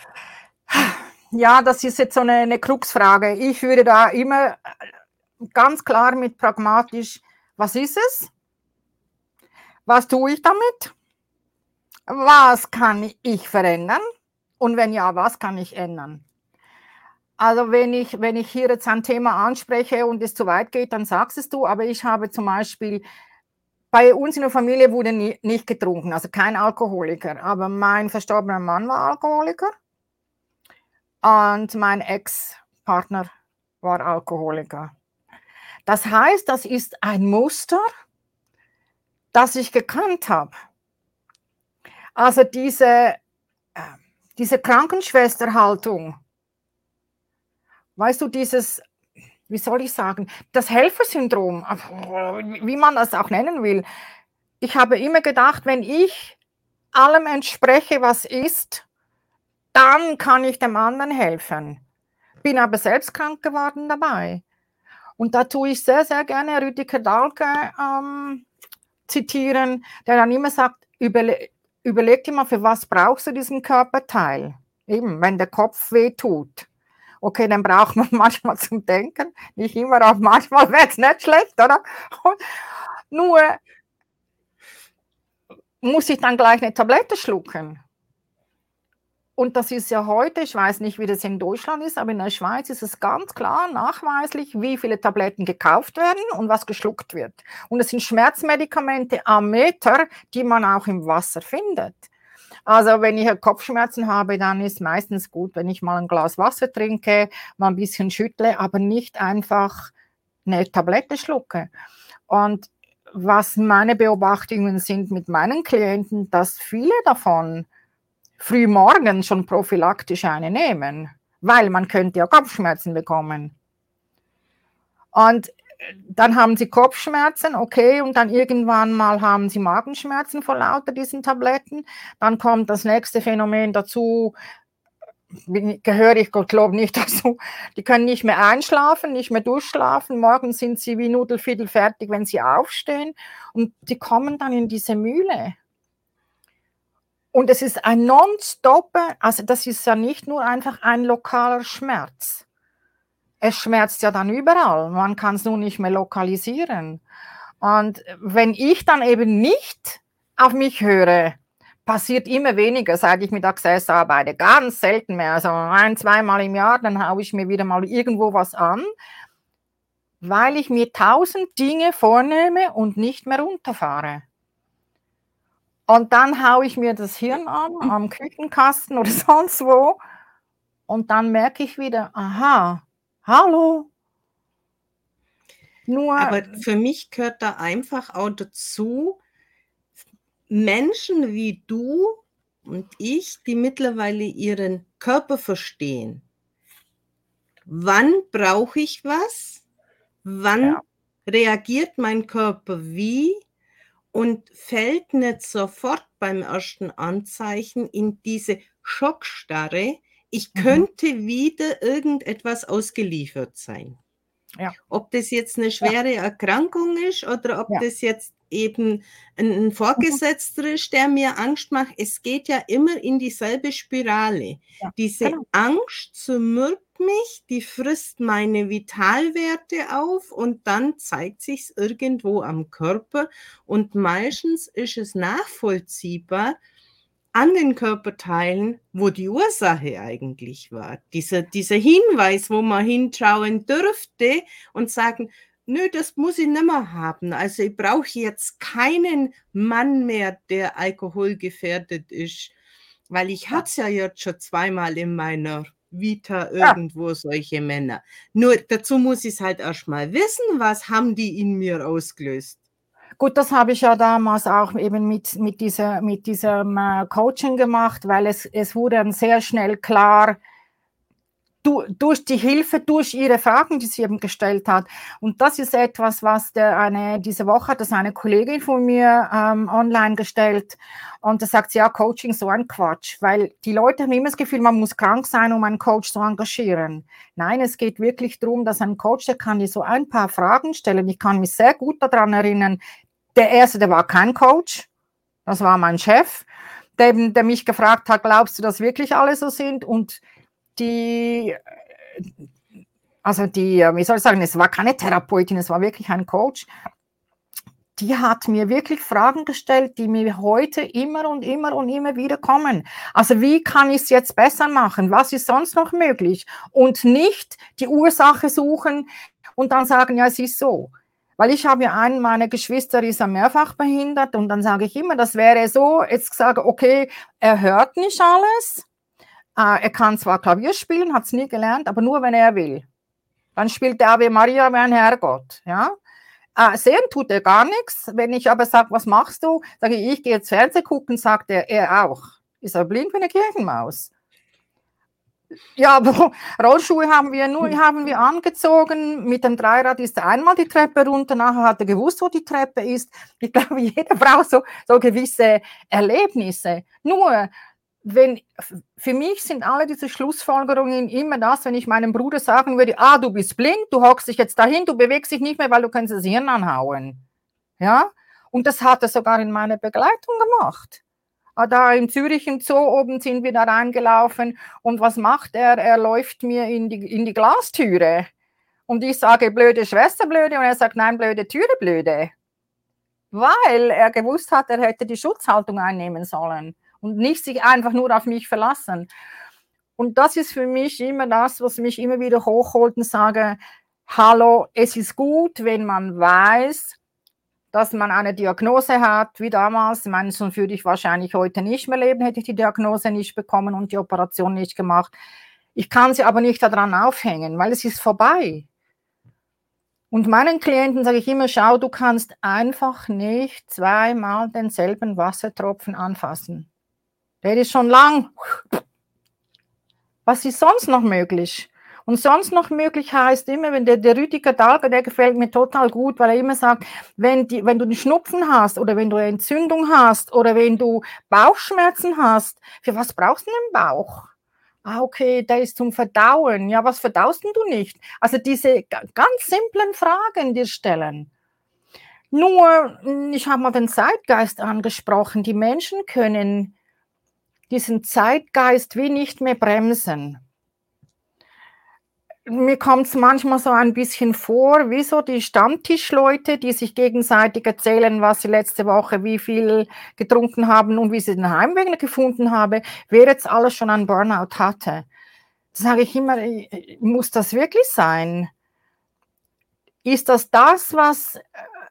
Ja, das ist jetzt so eine Kruxfrage. Ich würde da immer ganz klar mit pragmatisch, was ist es? Was tue ich damit? Was kann ich verändern? Und wenn ja, was kann ich ändern? Also wenn ich hier jetzt ein Thema anspreche und es zu weit geht, dann sagst es du, aber ich habe zum Beispiel, bei uns in der Familie wurde nicht getrunken, also kein Alkoholiker, aber mein verstorbener Mann war Alkoholiker und mein Ex-Partner war Alkoholiker. Das heißt, das ist ein Muster, das ich gekannt habe. Also diese Krankenschwesterhaltung, weißt du, dieses, wie soll ich sagen, das Helfersyndrom, wie man das auch nennen will. Ich habe immer gedacht, wenn ich allem entspreche, was ist, dann kann ich dem anderen helfen. Bin aber selbst krank geworden dabei. Und da tue ich sehr, sehr gerne Rüdiger Dahlke zitieren, der dann immer sagt, überleg dir mal, für was brauchst du diesen Körperteil? Eben, wenn der Kopf weh tut. Okay, dann braucht man manchmal zum Denken, nicht immer, aber manchmal wäre es nicht schlecht, oder? Und nur muss ich dann gleich eine Tablette schlucken? Und das ist ja heute, ich weiß nicht, wie das in Deutschland ist, aber in der Schweiz ist es ganz klar nachweislich, wie viele Tabletten gekauft werden und was geschluckt wird. Und es sind Schmerzmedikamente am Meter, die man auch im Wasser findet. Also wenn ich Kopfschmerzen habe, dann ist meistens gut, wenn ich mal ein Glas Wasser trinke, mal ein bisschen schüttle, aber nicht einfach eine Tablette schlucke. Und was meine Beobachtungen sind mit meinen Klienten, dass viele davon früh morgens schon prophylaktisch eine nehmen, weil man könnte ja Kopfschmerzen bekommen. Und dann haben sie Kopfschmerzen, okay, und dann irgendwann mal haben sie Magenschmerzen vor lauter diesen Tabletten. Dann kommt das nächste Phänomen dazu, gehöre ich Gottlob nicht dazu, die können nicht mehr einschlafen, nicht mehr durchschlafen, morgens sind sie wie Nudelfidel fertig, wenn sie aufstehen und die kommen dann in diese Mühle. Und es ist ein Nonstop, also das ist ja nicht nur einfach ein lokaler Schmerz. Es schmerzt ja dann überall, man kann es nur nicht mehr lokalisieren. Und wenn ich dann eben nicht auf mich höre, passiert immer weniger, seit ich mit Access arbeite, ganz selten mehr, also 1-2 Mal im Jahr, dann haue ich mir wieder mal irgendwo was an, weil ich mir 1000 Dinge vornehme und nicht mehr runterfahre. Und dann haue ich mir das Hirn an, am Küchenkasten oder sonst wo. Und dann merke ich wieder, aha, hallo.
Aber für mich gehört da einfach auch dazu, Menschen wie du und ich, die mittlerweile ihren Körper verstehen. Wann brauche ich was? Wann reagiert mein Körper wie? Und fällt nicht sofort beim ersten Anzeichen in diese Schockstarre, ich könnte wieder irgendetwas ausgeliefert sein.
Ja.
Ob das jetzt eine schwere Erkrankung ist oder ob das jetzt eben ein Vorgesetzter ist, der mir Angst macht. Es geht ja immer in dieselbe Spirale.
Ja,
diese Angst zermürbt mich, die frisst meine Vitalwerte auf und dann zeigt sich's irgendwo am Körper und meistens ist es nachvollziehbar an den Körperteilen, wo die Ursache eigentlich war. Dieser Hinweis, wo man hinschauen dürfte und sagen, nö, das muss ich nicht mehr haben. Also ich brauche jetzt keinen Mann mehr, der alkoholgefährdet ist, weil ich hatte es ja jetzt schon 2-mal in meiner Vita irgendwo solche Männer. Nur dazu muss ich es halt erstmal wissen, was haben die in mir ausgelöst.
Gut, das habe ich ja damals auch eben mit diesem Coaching gemacht, weil es wurde dann sehr schnell klar, durch die Hilfe, durch ihre Fragen, die sie eben gestellt hat. Und das ist etwas, was diese Woche hat das eine Kollegin von mir online gestellt. Und da sagt sie, ja, Coaching, so ein Quatsch. Weil die Leute haben immer das Gefühl, man muss krank sein, um einen Coach zu engagieren. Nein, es geht wirklich darum, dass ein Coach, der kann dir so ein paar Fragen stellen. Ich kann mich sehr gut daran erinnern, der erste, der war kein Coach. Das war mein Chef, der mich gefragt hat, glaubst du, dass wirklich alle so sind? Und wie soll ich sagen, es war keine Therapeutin, es war wirklich ein Coach, die hat mir wirklich Fragen gestellt, die mir heute immer und immer und immer wieder kommen. Also wie kann ich es jetzt besser machen? Was ist sonst noch möglich? Und nicht die Ursache suchen und dann sagen, ja, es ist so. Weil ich habe ja einen meiner Geschwister, ist ja mehrfach behindert und dann sage ich immer, das wäre so, jetzt sage, okay, er hört nicht alles, er kann zwar Klavier spielen, hat es nie gelernt, aber nur, wenn er will. Dann spielt er Ave Maria wie ein Herrgott. Ja? Sehen tut er gar nichts. Wenn ich aber sage, was machst du? Sage ich gehe jetzt Fernsehen gucken, sagt er auch. Ist er blind wie eine Kirchenmaus. Ja, aber Rollschuhe haben wir angezogen. Mit dem Dreirad ist er einmal die Treppe runter. Nachher hat er gewusst, wo die Treppe ist. Ich glaube, jeder braucht so gewisse Erlebnisse. Nur, für mich sind alle diese Schlussfolgerungen immer das, wenn ich meinem Bruder sagen würde, du bist blind, du hockst dich jetzt dahin, du bewegst dich nicht mehr, weil du kannst das Hirn anhauen. Ja? Und das hat er sogar in meiner Begleitung gemacht. Da in Zürich im Zoo oben sind wir da reingelaufen und was macht er? Er läuft mir in die Glastüre und ich sage, blöde Schwester, blöde, und er sagt, nein, blöde Türe, blöde. Weil er gewusst hat, er hätte die Schutzhaltung einnehmen sollen. und nicht sich einfach nur auf mich verlassen. Und das ist für mich immer das, was mich immer wieder hochholt und sage, hallo, es ist gut, wenn man weiß, dass man eine Diagnose hat, wie damals. Ich meine, sonst würde ich wahrscheinlich heute nicht mehr leben, hätte ich die Diagnose nicht bekommen und die Operation nicht gemacht. Ich kann sie aber nicht daran aufhängen, weil es ist vorbei. Und meinen Klienten sage ich immer, schau, du kannst einfach nicht zweimal denselben Wassertropfen anfassen. Der ist schon lang. Was ist sonst noch möglich? Und sonst noch möglich heißt immer, wenn der Rüdiger Dahlke, der gefällt mir total gut, weil er immer sagt, wenn du einen Schnupfen hast oder wenn du eine Entzündung hast oder wenn du Bauchschmerzen hast, für was brauchst du einen Bauch? Ah, okay, der ist zum Verdauen. Ja, was verdaust denn du nicht? Also diese ganz simplen Fragen dir stellen. Nur, ich habe mal den Zeitgeist angesprochen. Die Menschen können diesen Zeitgeist wie nicht mehr bremsen. Mir kommt es manchmal so ein bisschen vor, wie so die Stammtischleute, die sich gegenseitig erzählen, was sie letzte Woche, wie viel getrunken haben und wie sie den Heimweg gefunden haben, wer jetzt alles schon einen Burnout hatte. Da sage ich immer, muss das wirklich sein? Ist das, was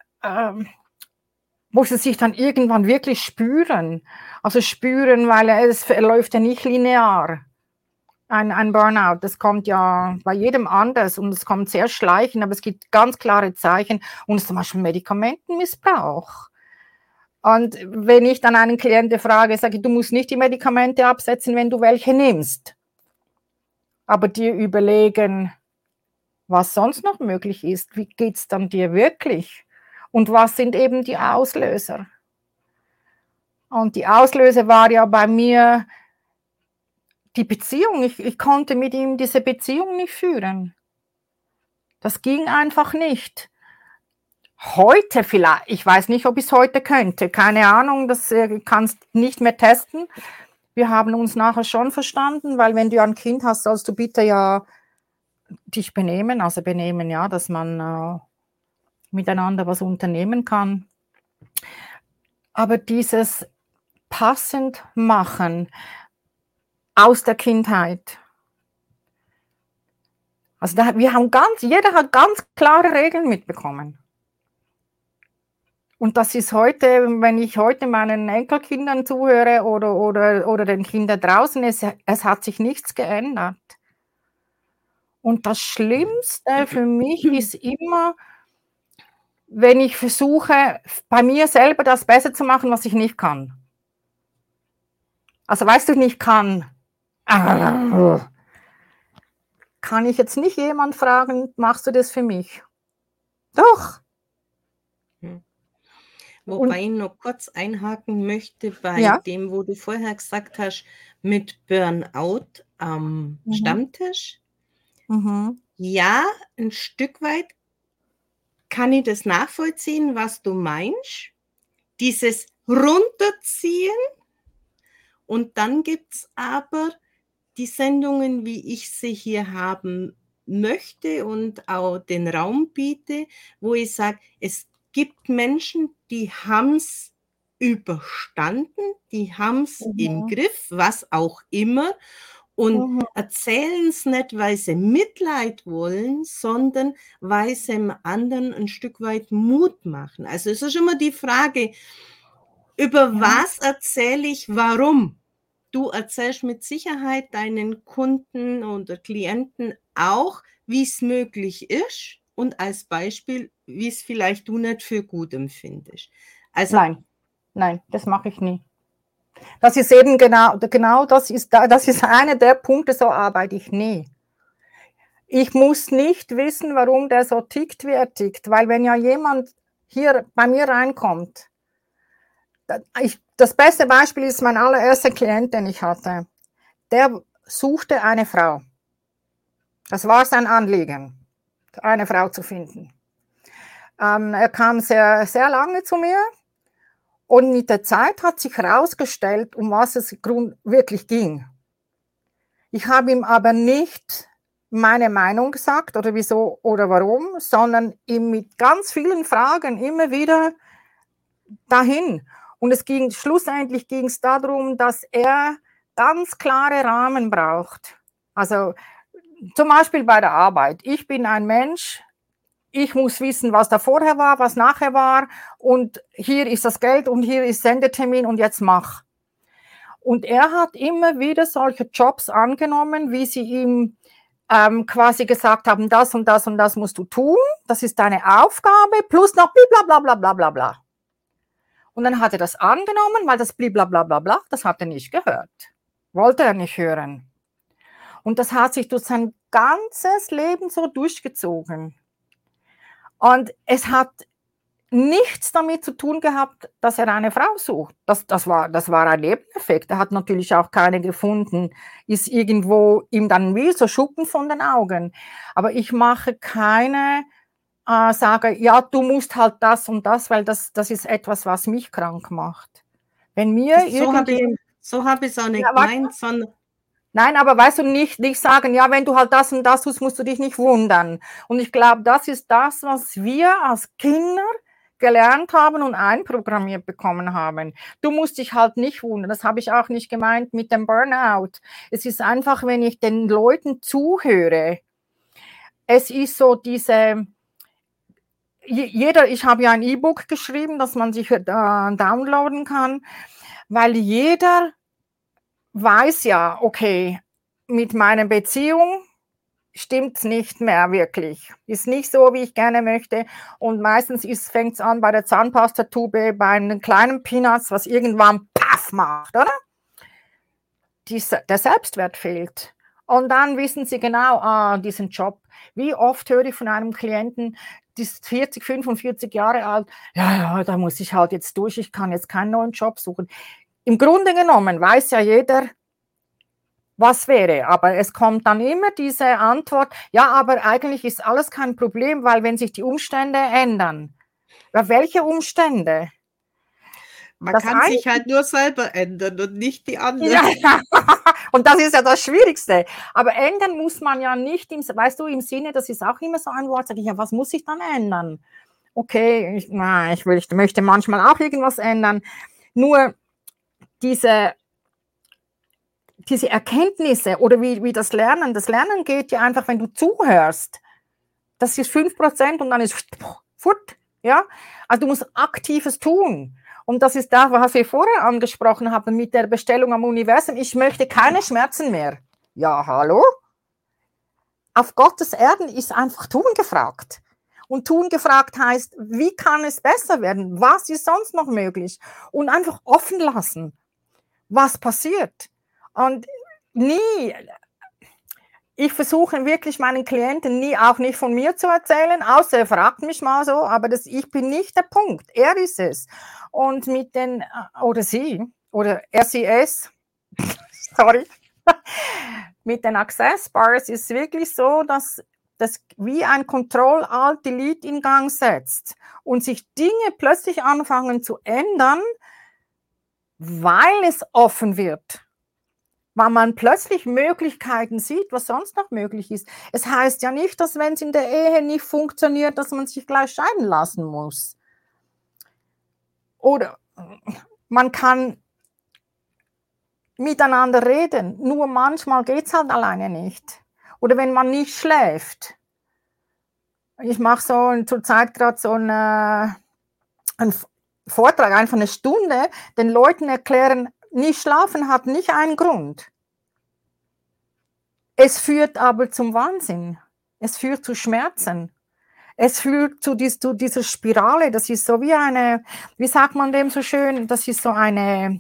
wo sie sich dann irgendwann wirklich spüren? Also spüren, weil es läuft ja nicht linear. Ein Burnout, das kommt ja bei jedem anders und es kommt sehr schleichend, aber es gibt ganz klare Zeichen und zum Beispiel Medikamentenmissbrauch. Und wenn ich dann einen Klienten frage, sage ich, du musst nicht die Medikamente absetzen, wenn du welche nimmst. Aber dir überlegen, was sonst noch möglich ist, wie geht es dann dir wirklich? Und was sind eben die Auslöser? Und die Auslöser war ja bei mir die Beziehung. Ich konnte mit ihm diese Beziehung nicht führen. Das ging einfach nicht. Heute vielleicht, ich weiß nicht, ob ich es heute könnte, keine Ahnung, das kannst nicht mehr testen. Wir haben uns nachher schon verstanden, weil wenn du ein Kind hast, sollst du bitte ja dich benehmen, ja, dass man miteinander was unternehmen kann. Aber dieses passend machen aus der Kindheit. Also jeder hat ganz klare Regeln mitbekommen. Und das ist heute, wenn ich heute meinen Enkelkindern zuhöre oder den Kindern draußen, es hat sich nichts geändert. Und das Schlimmste für mich ist immer, wenn ich versuche, bei mir selber das besser zu machen, was ich nicht kann. Also weißt du, nicht kann. Kann ich jetzt nicht jemand fragen, machst du das für mich? Doch.
Wobei ich noch kurz einhaken möchte bei dem, wo du vorher gesagt hast, mit Burnout am Stammtisch. Ja, ein Stück weit kann ich das nachvollziehen, was du meinst. Dieses Runterziehen. Und dann gibt es aber die Sendungen, wie ich sie hier haben möchte und auch den Raum biete, wo ich sage, es gibt Menschen, die haben es überstanden, die haben es im Griff, was auch immer, und erzählen es nicht, weil sie Mitleid wollen, sondern weil sie dem anderen ein Stück weit Mut machen. Also es ist immer die Frage, über was erzähle ich, warum? Du erzählst mit Sicherheit deinen Kunden oder Klienten auch, wie es möglich ist und als Beispiel, wie es vielleicht du nicht für gut empfindest.
Also, nein, das mache ich nie. Das ist eben genau das ist einer der Punkte, so arbeite ich nie. Ich muss nicht wissen, warum der so tickt, wie er tickt, weil wenn ja jemand hier bei mir reinkommt, das beste Beispiel ist mein allererster Klient, den ich hatte. Der suchte eine Frau. Das war sein Anliegen, eine Frau zu finden. Er kam sehr, sehr lange zu mir und mit der Zeit hat sich herausgestellt, um was es wirklich ging. Ich habe ihm aber nicht meine Meinung gesagt oder wieso oder warum, sondern ihm mit ganz vielen Fragen immer wieder dahin. Und schlussendlich ging es darum, dass er ganz klare Rahmen braucht. Also zum Beispiel bei der Arbeit. Ich bin ein Mensch, ich muss wissen, was da vorher war, was nachher war, und hier ist das Geld und hier ist Sendetermin und jetzt mach. Und er hat immer wieder solche Jobs angenommen, wie sie ihm quasi gesagt haben, das und das und das musst du tun, das ist deine Aufgabe, plus noch blablabla. Und dann hat er das angenommen, weil das blablabla, das hat er nicht gehört. Wollte er nicht hören. Und das hat sich durch sein ganzes Leben so durchgezogen. Und es hat nichts damit zu tun gehabt, dass er eine Frau sucht. Das war ein Nebeneffekt. Er hat natürlich auch keine gefunden, ist irgendwo ihm dann wie so Schuppen von den Augen. Aber ich mache keine sage, ja, du musst halt das und das, weil das ist etwas, was mich krank macht. Wenn mir
so habe ich es auch nicht gemeint, sondern...
Nein, aber weißt du, nicht sagen, ja, wenn du halt das und das tust, musst du dich nicht wundern. Und ich glaube, das ist das, was wir als Kinder gelernt haben und einprogrammiert bekommen haben. Du musst dich halt nicht wundern. Das habe ich auch nicht gemeint mit dem Burnout. Es ist einfach, wenn ich den Leuten zuhöre, es ist so diese... ich habe ja ein E-Book geschrieben, das man sich downloaden kann, weil jeder weiß ja, okay, mit meiner Beziehung stimmt es nicht mehr wirklich. Ist nicht so, wie ich gerne möchte. Und meistens fängt es an bei der Zahnpastatube, bei einem kleinen Peanuts, was irgendwann paff macht, oder? Der Selbstwert fehlt. Und dann wissen sie genau, diesen Job. Wie oft höre ich von einem Klienten, die ist 40, 45 Jahre alt, ja, da muss ich halt jetzt durch, ich kann jetzt keinen neuen Job suchen. Im Grunde genommen weiß ja jeder, was wäre, aber es kommt dann immer diese Antwort, ja, aber eigentlich ist alles kein Problem, weil wenn sich die Umstände ändern, ja, welche Umstände?
Man kann sich halt nur selber ändern und nicht die anderen.
Ja, und das ist ja das Schwierigste. Aber ändern muss man ja nicht, weißt du, im Sinne, das ist auch immer so ein Wort, sage ich, ja, was muss ich dann ändern? Okay, ich möchte manchmal auch irgendwas ändern. Nur diese Erkenntnisse oder wie das Lernen geht ja einfach, wenn du zuhörst. Das ist 5% und dann ist fort. Ja? Also du musst Aktives tun. Und das ist das, was wir vorher angesprochen haben mit der Bestellung am Universum. Ich möchte keine Schmerzen mehr. Ja, hallo? Auf Gottes Erden ist einfach tun gefragt. Und tun gefragt heißt, wie kann es besser werden? Was ist sonst noch möglich? Und einfach offen lassen, was passiert. Und ich versuche wirklich meinen Klienten auch nicht von mir zu erzählen, außer er fragt mich mal so, aber ich bin nicht der Punkt, er ist es. Und mit den, oder sie, oder RCS, sorry, mit den Access Bars ist es wirklich so, dass das wie ein Control-Alt-Delete in Gang setzt und sich Dinge plötzlich anfangen zu ändern, weil es offen wird. Weil man plötzlich Möglichkeiten sieht, was sonst noch möglich ist. Es heißt ja nicht, dass wenn es in der Ehe nicht funktioniert, dass man sich gleich scheiden lassen muss. Oder man kann miteinander reden, nur manchmal geht es halt alleine nicht. Oder wenn man nicht schläft. Ich mache so zurzeit gerade so einen Vortrag, einfach eine Stunde, den Leuten erklären, nicht schlafen hat nicht einen Grund. Es führt aber zum Wahnsinn. Es führt zu Schmerzen. Es führt zu dieser Spirale. Das ist so wie eine, wie sagt man dem so schön, das ist so eine,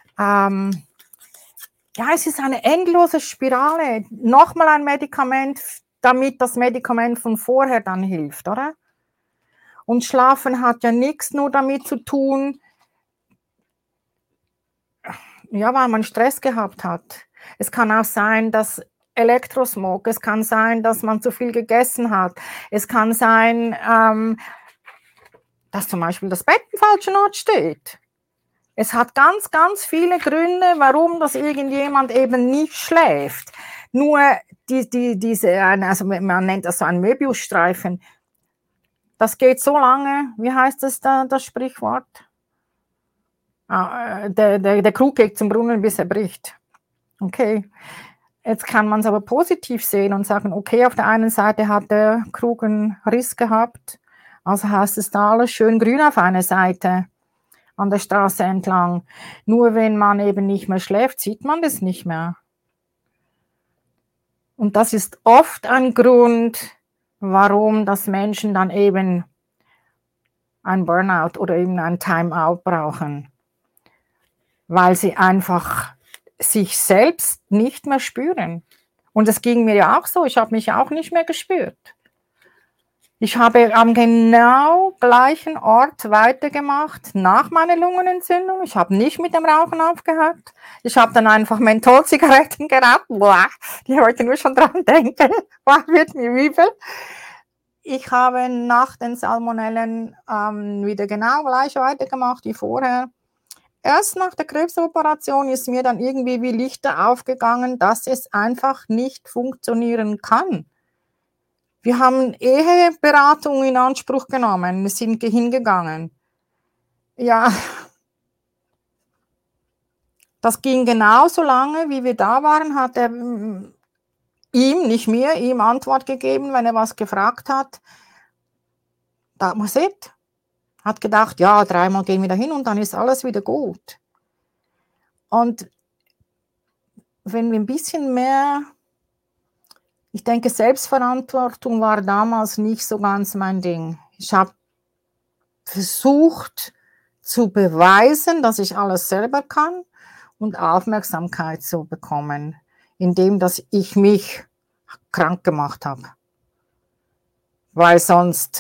es ist eine endlose Spirale. Nochmal ein Medikament, damit das Medikament von vorher dann hilft, oder? Und Schlafen hat ja nichts nur damit zu tun, ja, weil man Stress gehabt hat. Es kann auch sein, dass Elektrosmog, es kann sein, dass man zu viel gegessen hat. Es kann sein, dass zum Beispiel das Bett im falschen Ort steht. Es hat ganz, ganz viele Gründe, warum das irgendjemand eben nicht schläft. Nur also man nennt das so ein Möbiusstreifen, das geht so lange, wie heißt das da, das Sprichwort? Der Krug geht zum Brunnen, bis er bricht. Okay. Jetzt kann man es aber positiv sehen und sagen, okay, auf der einen Seite hat der Krug einen Riss gehabt, also heißt es da alles schön grün auf einer Seite an der Straße entlang. Nur wenn man eben nicht mehr schläft, sieht man das nicht mehr. Und das ist oft ein Grund, warum das Menschen dann eben ein Burnout oder eben ein Timeout brauchen, weil sie einfach sich selbst nicht mehr spüren. Und das ging mir ja auch so, ich habe mich auch nicht mehr gespürt. Ich habe am genau gleichen Ort weitergemacht nach meiner Lungenentzündung. Ich habe nicht mit dem Rauchen aufgehört. Ich habe dann einfach Mentholzigaretten geraucht, die ich heute nur schon dran denke, wird mir übel. Ich habe nach den Salmonellen wieder genau gleich weitergemacht wie vorher. Erst nach der Krebsoperation ist mir dann irgendwie wie Lichter aufgegangen, dass es einfach nicht funktionieren kann. Wir haben Eheberatung in Anspruch genommen, wir sind hingegangen. Ja, das ging genauso lange, wie wir da waren, hat er ihm, nicht mir, ihm Antwort gegeben, wenn er was gefragt hat. Da muss it. Hat gedacht, ja, 3-mal gehen wir da hin und dann ist alles wieder gut. Und wenn wir ein bisschen mehr, ich denke, Selbstverantwortung war damals nicht so ganz mein Ding. Ich habe versucht zu beweisen, dass ich alles selber kann und Aufmerksamkeit zu bekommen, indem dass ich mich krank gemacht habe. Weil sonst,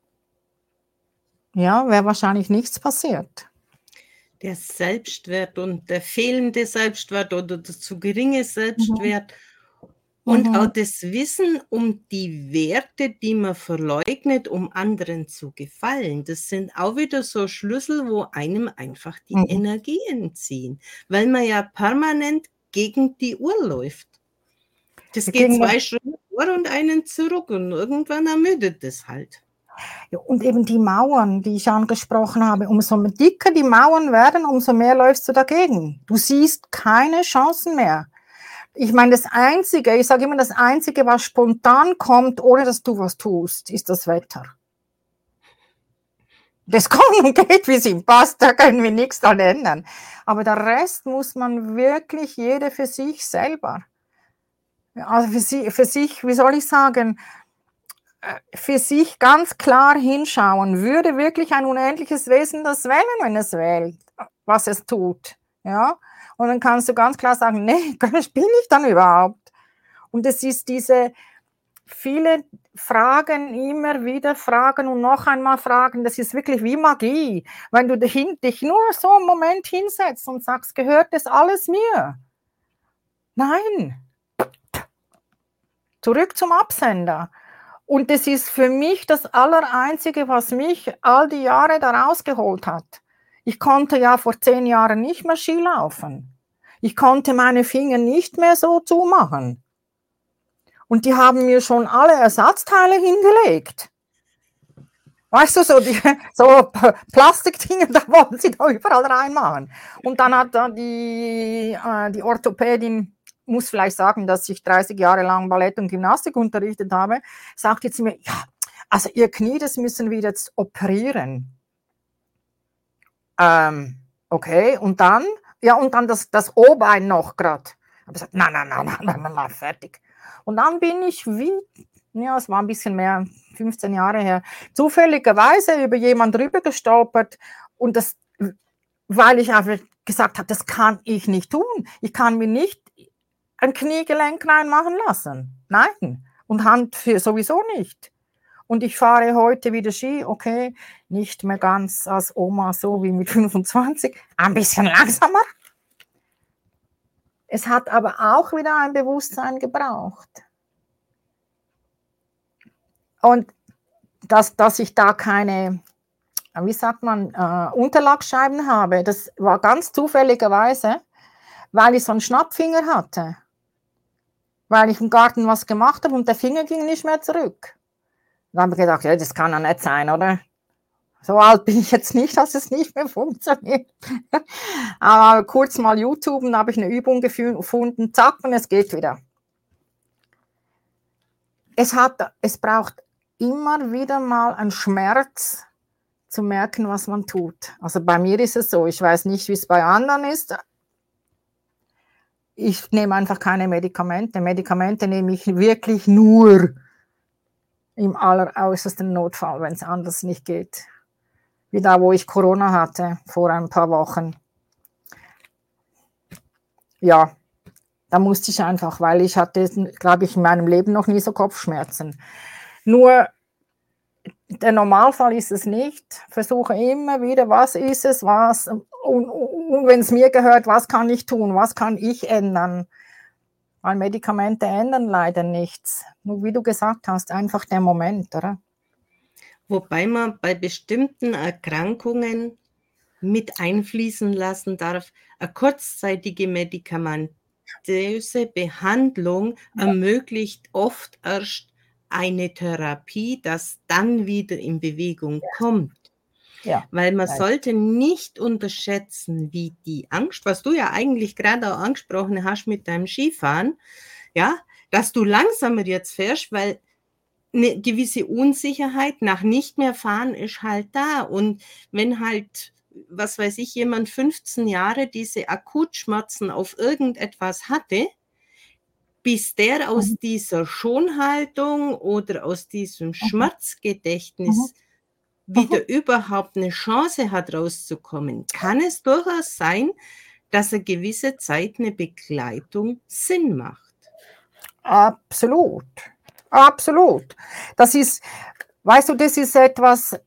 ja, wäre wahrscheinlich nichts passiert.
Der Selbstwert und der fehlende Selbstwert oder der zu geringe Selbstwert und auch das Wissen um die Werte, die man verleugnet, um anderen zu gefallen. Das sind auch wieder so Schlüssel, wo einem einfach die Energie entziehen, weil man ja permanent gegen die Uhr läuft. Das geht 2 Schritte vor und einen zurück und irgendwann ermüdet das halt.
Ja, und eben die Mauern, die ich angesprochen habe, umso dicker die Mauern werden, umso mehr läufst du dagegen. Du siehst keine Chancen mehr. Ich meine, das Einzige, ich sage immer, das Einzige, was spontan kommt, ohne dass du was tust, ist das Wetter. Das kommt und geht, wie es ihm passt, da können wir nichts dran ändern. Aber der Rest muss man wirklich jeder für sich selber. Also für sich, wie soll ich sagen, für sich ganz klar hinschauen, würde wirklich ein unendliches Wesen das wählen, wenn es wählt, was es tut. Ja? Und dann kannst du ganz klar sagen, nee, das bin ich dann überhaupt. Und es ist diese viele Fragen, immer wieder Fragen und noch einmal Fragen, das ist wirklich wie Magie. Wenn du dich nur so einen Moment hinsetzt und sagst, gehört das alles mir? Nein. Zurück zum Absender. Und das ist für mich das Allereinzige, was mich all die Jahre da rausgeholt hat. Ich konnte ja vor 10 Jahren nicht mehr Ski laufen. Ich konnte meine Finger nicht mehr so zumachen. Und die haben mir schon alle Ersatzteile hingelegt. Weißt du, so Plastikdinger, da wollen sie da überall reinmachen. Und dann hat da die Orthopädin, muss vielleicht sagen, dass ich 30 Jahre lang Ballett und Gymnastik unterrichtet habe, sagt jetzt mir, ja, also ihr Knie, das müssen wir jetzt operieren. Okay, und dann? Ja, und dann das O-Bein noch gerade. Ich habe gesagt, nein, fertig. Und dann bin ich ja, es war ein bisschen mehr, 15 Jahre her, zufälligerweise über jemanden drüber gestolpert und das, weil ich einfach gesagt habe, das kann ich nicht tun. Ich kann mir nicht ein Kniegelenk reinmachen lassen. Nein. Und Hand für sowieso nicht. Und ich fahre heute wieder Ski, okay, nicht mehr ganz als Oma, so wie mit 25, ein bisschen langsamer. Es hat aber auch wieder ein Bewusstsein gebraucht. Und dass ich da keine, wie sagt man, Unterlagsscheiben habe, das war ganz zufälligerweise, weil ich so einen Schnappfinger hatte. Weil ich im Garten was gemacht habe und der Finger ging nicht mehr zurück. Da habe ich gedacht, ja, das kann ja nicht sein, oder? So alt bin ich jetzt nicht, dass es nicht mehr funktioniert. Aber kurz mal YouTube, da habe ich eine Übung gefunden, zack, und es geht wieder. Es braucht immer wieder mal einen Schmerz, zu merken, was man tut. Also bei mir ist es so, ich weiß nicht, wie es bei anderen ist. Ich nehme einfach keine Medikamente. Medikamente nehme ich wirklich nur im alleräußersten Notfall, wenn es anders nicht geht. Wie da, wo ich Corona hatte, vor ein paar Wochen. Ja, da musste ich einfach, weil ich hatte, glaube ich, in meinem Leben noch nie so Kopfschmerzen. Nur der Normalfall ist es nicht. Versuche immer wieder, was ist es, was, und wenn es mir gehört, was kann ich tun, was kann ich ändern? Weil Medikamente ändern leider nichts. Nur wie du gesagt hast, einfach der Moment, oder?
Wobei man bei bestimmten Erkrankungen mit einfließen lassen darf, eine kurzzeitige medikamentöse Behandlung ermöglicht oft erst eine Therapie, das dann wieder in Bewegung kommt.
Ja.
Weil man sollte nicht unterschätzen, wie die Angst, was du ja eigentlich gerade auch angesprochen hast mit deinem Skifahren, ja, dass du langsamer jetzt fährst, weil eine gewisse Unsicherheit nach nicht mehr fahren ist halt da. Und wenn halt, was weiß ich, jemand 15 Jahre diese Akutschmerzen auf irgendetwas hatte, bis der aus dieser Schonhaltung oder aus diesem Schmerzgedächtnis wieder überhaupt eine Chance hat, rauszukommen, kann es durchaus sein, dass eine gewisse Zeit eine Begleitung Sinn macht.
Absolut. Absolut. Das ist, weißt du, das ist etwas,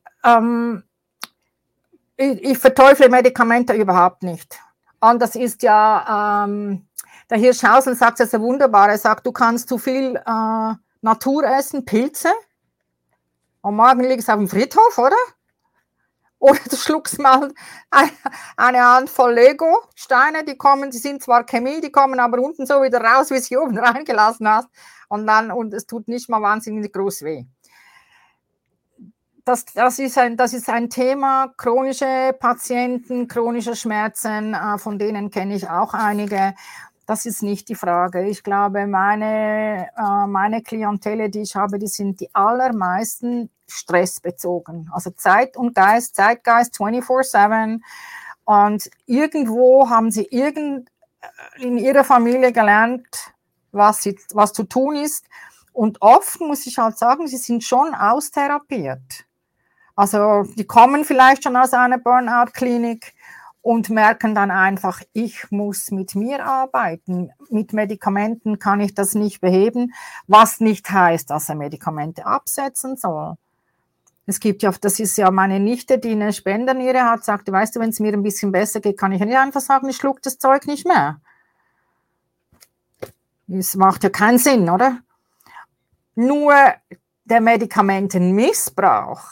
ich verteufle Medikamente überhaupt nicht. Und das ist ja, der Hirschhausen sagt es ja wunderbar, er sagt, du kannst zu viel Natur essen, Pilze, und morgen liegst du auf dem Friedhof, oder? Oder du schluckst mal eine Handvoll Lego-Steine, die sind zwar Chemie, die kommen aber unten so wieder raus, wie du sie oben reingelassen hast. Und es tut nicht mal wahnsinnig groß weh. Das ist ein Thema, chronische Patienten, chronische Schmerzen, von denen kenne ich auch einige. Das ist nicht die Frage. Ich glaube, meine Klientele, die ich habe, die sind die allermeisten stressbezogen. Also Zeit und Geist, Zeitgeist 24/7. Und irgendwo haben sie in ihrer Familie gelernt, was zu tun ist. Und oft muss ich halt sagen, sie sind schon austherapiert. Also die kommen vielleicht schon aus einer Burnout-Klinik und merken dann einfach, ich muss mit mir arbeiten. Mit Medikamenten kann ich das nicht beheben, was nicht heißt, dass er Medikamente absetzen soll. Es gibt ja, das ist ja meine Nichte, die eine Spenderniere hat, sagte, weißt du, wenn es mir ein bisschen besser geht, kann ich nicht einfach sagen, ich schluck das Zeug nicht mehr. Das macht ja keinen Sinn, oder? Nur der Medikamentenmissbrauch,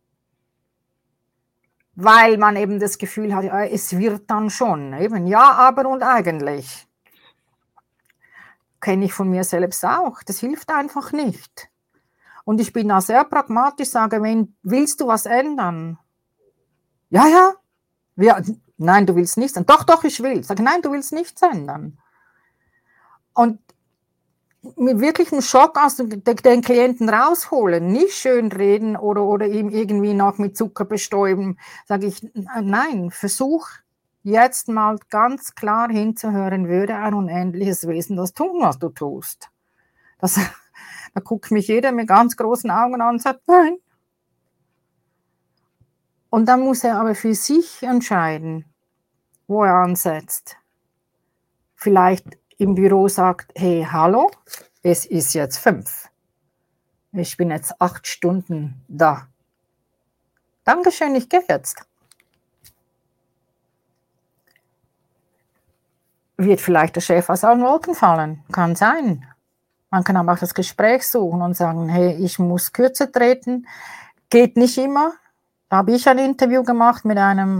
weil man eben das Gefühl hat, ja, es wird dann schon. Eben, ja, aber und eigentlich. Kenne ich von mir selbst auch. Das hilft einfach nicht. Und ich bin da sehr pragmatisch, sage, willst du was ändern? Ja. Nein, du willst nichts ändern. Doch, ich will. Sage, nein, du willst nichts ändern. Und mit wirklichem Schock aus den Klienten rausholen, nicht schön reden oder ihm irgendwie noch mit Zucker bestäuben, sage ich, nein, versuch jetzt mal ganz klar hinzuhören, würde ein unendliches Wesen das tun, was du tust. Da guckt mich jeder mit ganz großen Augen an und sagt, nein. Und dann muss er aber für sich entscheiden, wo er ansetzt. Vielleicht im Büro sagt, hey, hallo, es ist jetzt 5. Ich bin jetzt 8 Stunden da. Dankeschön, ich gehe jetzt. Wird vielleicht der Chef aus allen Wolken fallen? Kann sein. Man kann aber auch das Gespräch suchen und sagen, hey, ich muss kürzer treten. Geht nicht immer. Da habe ich ein Interview gemacht mit einem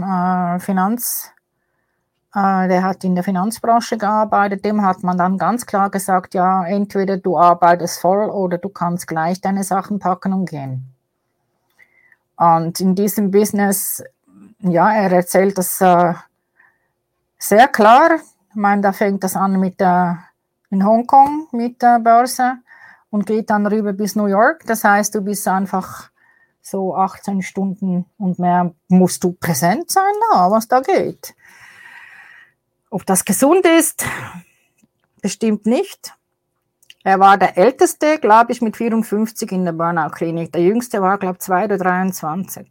der hat in der Finanzbranche gearbeitet, dem hat man dann ganz klar gesagt, ja, entweder du arbeitest voll oder du kannst gleich deine Sachen packen und gehen. Und in diesem Business, ja, er erzählt das sehr klar. Ich meine, da fängt das an in Hongkong mit der Börse und geht dann rüber bis New York. Das heißt, du bist einfach so 18 Stunden und mehr musst du präsent sein, was da geht. Ob das gesund ist, bestimmt nicht. Er war der Älteste, glaube ich, mit 54 in der Burnout-Klinik. Der Jüngste war, glaube ich, 2 oder 23.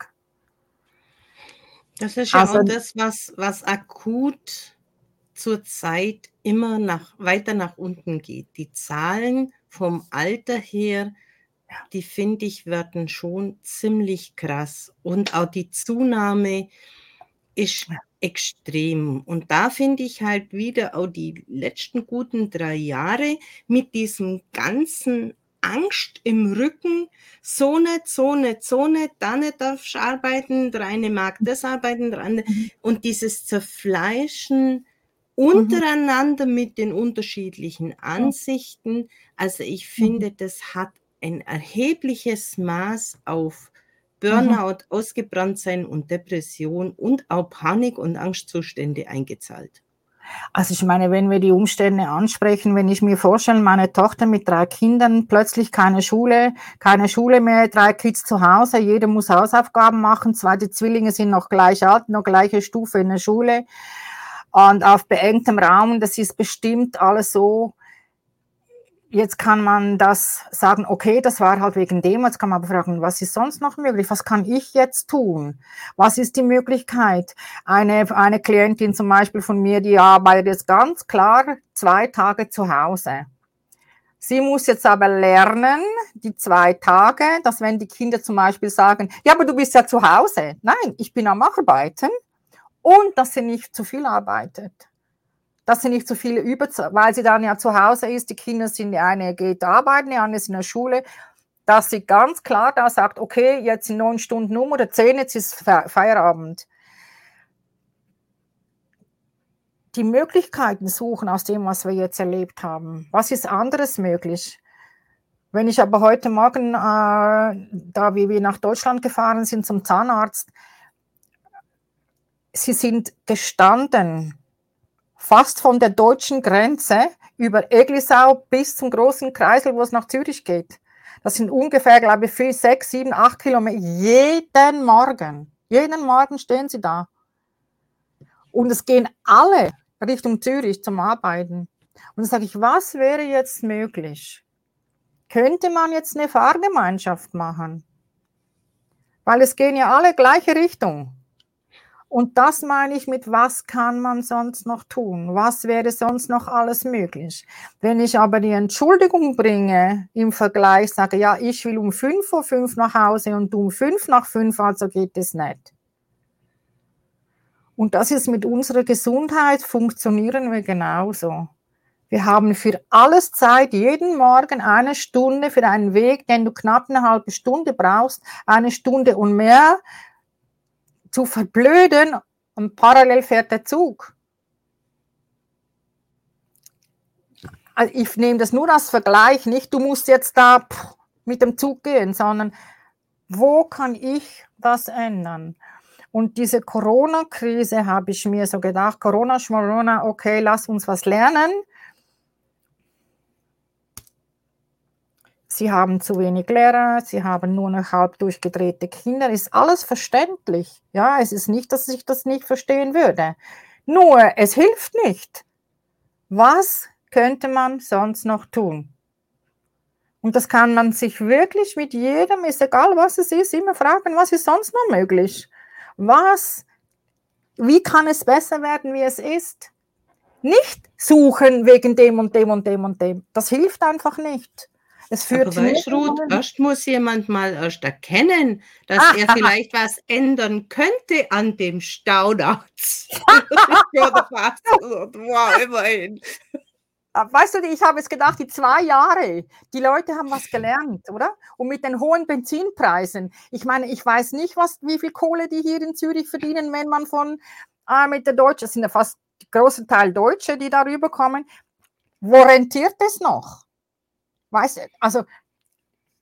Das ist ja auch das, was akut zurzeit immer weiter nach unten geht. Die Zahlen vom Alter her, die finde ich, werden schon ziemlich krass. Und auch die Zunahme ist extrem. Und da finde ich halt wieder auch die letzten guten 3 Jahre mit diesem ganzen Angst im Rücken, so nicht, da nicht darfst du arbeiten, der eine mag das arbeiten, der andere. Und dieses Zerfleischen untereinander mit den unterschiedlichen Ansichten. Also ich finde, das hat ein erhebliches Maß auf Burnout, Ausgebranntsein und Depression und auch Panik- und Angstzustände eingezahlt.
Also ich meine, wenn wir die Umstände ansprechen, wenn ich mir vorstelle, meine Tochter mit 3 Kindern, plötzlich keine Schule mehr, 3 Kids zu Hause, jeder muss Hausaufgaben machen, 2 die Zwillinge sind noch gleich alt, noch gleiche Stufe in der Schule und auf beengtem Raum, das ist bestimmt alles so. Jetzt kann man das sagen, okay, das war halt wegen dem, jetzt kann man aber fragen, was ist sonst noch möglich? Was kann ich jetzt tun? Was ist die Möglichkeit? Eine Klientin zum Beispiel von mir, die arbeitet jetzt ganz klar 2 Tage zu Hause. Sie muss jetzt aber lernen, die 2 Tage, dass wenn die Kinder zum Beispiel sagen, ja, aber du bist ja zu Hause. Nein, ich bin am Arbeiten und dass sie nicht zu viel arbeitet. Dass sie nicht so viel weil sie dann ja zu Hause ist, die Kinder sind, die eine geht arbeiten, die andere ist in der Schule, dass sie ganz klar da sagt, okay, jetzt sind 9 Stunden oder 10, jetzt ist Feierabend. Die Möglichkeiten suchen aus dem, was wir jetzt erlebt haben. Was ist anderes möglich? Wenn ich aber heute Morgen, da wie wir nach Deutschland gefahren sind zum Zahnarzt, sie sind gestanden, fast von der deutschen Grenze über Eglisau bis zum großen Kreisel, wo es nach Zürich geht. Das sind ungefähr, glaube ich, 4, 6, 7, 8 Kilometer. Jeden Morgen stehen sie da. Und es gehen alle Richtung Zürich zum Arbeiten. Und dann sage ich, was wäre jetzt möglich? Könnte man jetzt eine Fahrgemeinschaft machen? Weil es gehen ja alle gleiche Richtung. Und das meine ich mit, was kann man sonst noch tun? Was wäre sonst noch alles möglich? Wenn ich aber die Entschuldigung bringe, im Vergleich sage, ja, ich will um 4:05 nach Hause und um 5:05, also geht es nicht. Und das ist mit unserer Gesundheit, funktionieren wir genauso. Wir haben für alles Zeit, jeden Morgen 1 Stunde für einen Weg, den du knapp eine halbe Stunde brauchst, 1 Stunde und mehr, zu verblöden und parallel fährt der Zug. Also ich nehme das nur als Vergleich, nicht du musst jetzt da mit dem Zug gehen, sondern wo kann ich das ändern? Und diese Corona-Krise habe ich mir so gedacht, Corona, okay, lass uns was lernen. Sie haben zu wenig Lehrer, sie haben nur noch halb durchgedrehte Kinder, ist alles verständlich. Ja, es ist nicht, dass ich das nicht verstehen würde. Nur, es hilft nicht. Was könnte man sonst noch tun? Und das kann man sich wirklich mit jedem, ist egal was es ist, immer fragen, was ist sonst noch möglich? Wie kann es besser werden, wie es ist? Nicht suchen wegen dem und dem und dem und dem. Das hilft einfach nicht. Es führt
Aber weißt du, Ruth, erst muss jemand mal erkennen, dass er vielleicht was ändern könnte an dem Staudatz. Oder fast. Wow, immerhin.
Weißt du, ich habe jetzt gedacht, die 2 Jahre, die Leute haben was gelernt, oder? Und mit den hohen Benzinpreisen, ich meine, ich weiß nicht, wie viel Kohle die hier in Zürich verdienen, wenn man mit der Deutschen, das sind ja fast großen Teil Deutsche, die darüber kommen. Wo rentiert es noch? Weißt du, also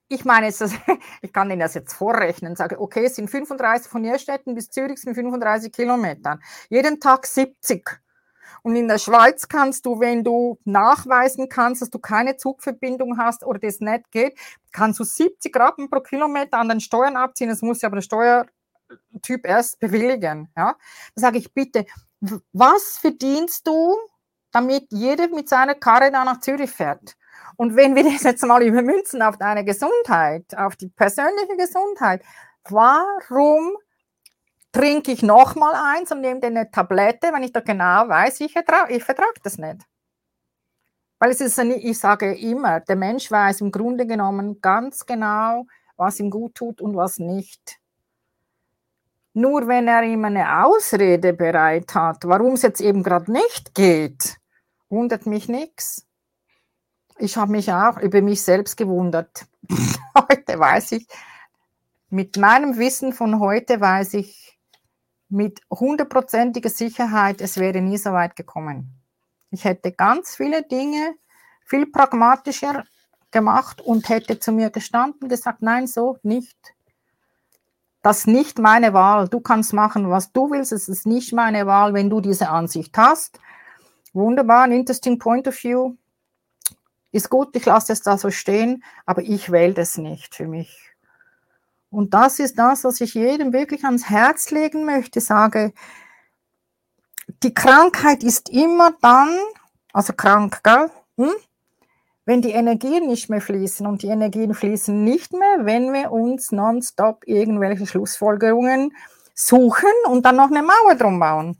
ich meine, ich kann Ihnen das jetzt vorrechnen, sage, okay, es sind 35 von Nierstetten bis Zürich sind 35 Kilometer, jeden Tag 70. Und in der Schweiz kannst du, wenn du nachweisen kannst, dass du keine Zugverbindung hast oder das nicht geht, kannst du 70 Rappen pro Kilometer an den Steuern abziehen. Das muss ja aber der Steuertyp erst bewilligen. Ja? Da sage ich, bitte, was verdienst du, damit jeder mit seiner Karre da nach Zürich fährt? Und wenn wir das jetzt mal übermünzen auf deine Gesundheit, auf die persönliche Gesundheit, warum trinke ich nochmal eins und nehme eine Tablette, wenn ich da genau weiß, ich vertrage das nicht. Weil es ist, ich sage immer, der Mensch weiß im Grunde genommen ganz genau, was ihm gut tut und was nicht. Nur wenn er ihm eine Ausrede bereit hat, warum es jetzt eben gerade nicht geht, wundert mich nichts. Ich habe mich auch über mich selbst gewundert. Heute weiß ich, mit meinem Wissen von heute weiß ich, mit 100%iger Sicherheit, es wäre nie so weit gekommen. Ich hätte ganz viele Dinge viel pragmatischer gemacht und hätte zu mir gestanden und gesagt, nein, so nicht. Das ist nicht meine Wahl. Du kannst machen, was du willst. Es ist nicht meine Wahl, wenn du diese Ansicht hast. Wunderbar, ein interesting point of view. Ist gut, ich lasse es da so stehen, aber ich wähle das nicht für mich. Und das ist das, was ich jedem wirklich ans Herz legen möchte, sage, die Krankheit ist immer dann, also krank, gell? Wenn die Energien nicht mehr fließen und die Energien fließen nicht mehr, wenn wir uns nonstop irgendwelche Schlussfolgerungen suchen und dann noch eine Mauer drum bauen.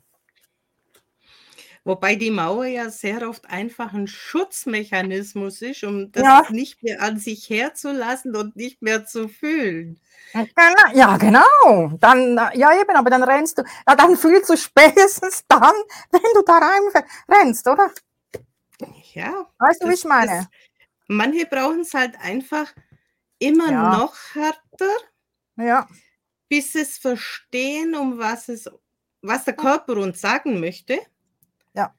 Wobei die Mauer ja sehr oft einfach ein Schutzmechanismus ist, um das nicht mehr an sich herzulassen und nicht mehr zu fühlen.
Ja, genau. Dann, ja, eben, aber dann rennst du, ja, dann fühlst du spätestens dann, wenn du da rein rennst, oder?
Ja.
Weißt du, wie ich meine?
Manche brauchen es halt einfach immer noch härter, bis sie es verstehen, was der Körper uns sagen möchte.
Ja.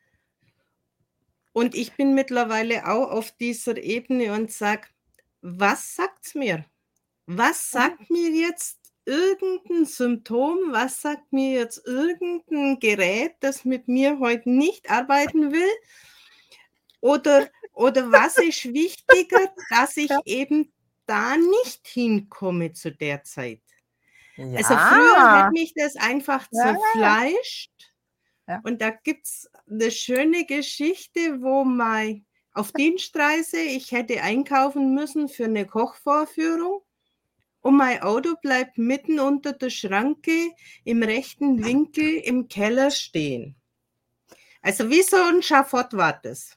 Und ich bin mittlerweile auch auf dieser Ebene und sage, was sagt's mir? Was sagt mir jetzt irgendein Symptom? Was sagt mir jetzt irgendein Gerät, das mit mir heute nicht arbeiten will? Oder was ist wichtiger, dass ich eben da nicht hinkomme zu der Zeit?
Ja.
Also früher hätte mich das einfach zerfleischt.
Ja.
Und da gibt es eine schöne Geschichte, wo mal auf Dienstreise, ich hätte einkaufen müssen für eine Kochvorführung und mein Auto bleibt mitten unter der Schranke im rechten Winkel im Keller stehen. Also wie so ein Schafott war das.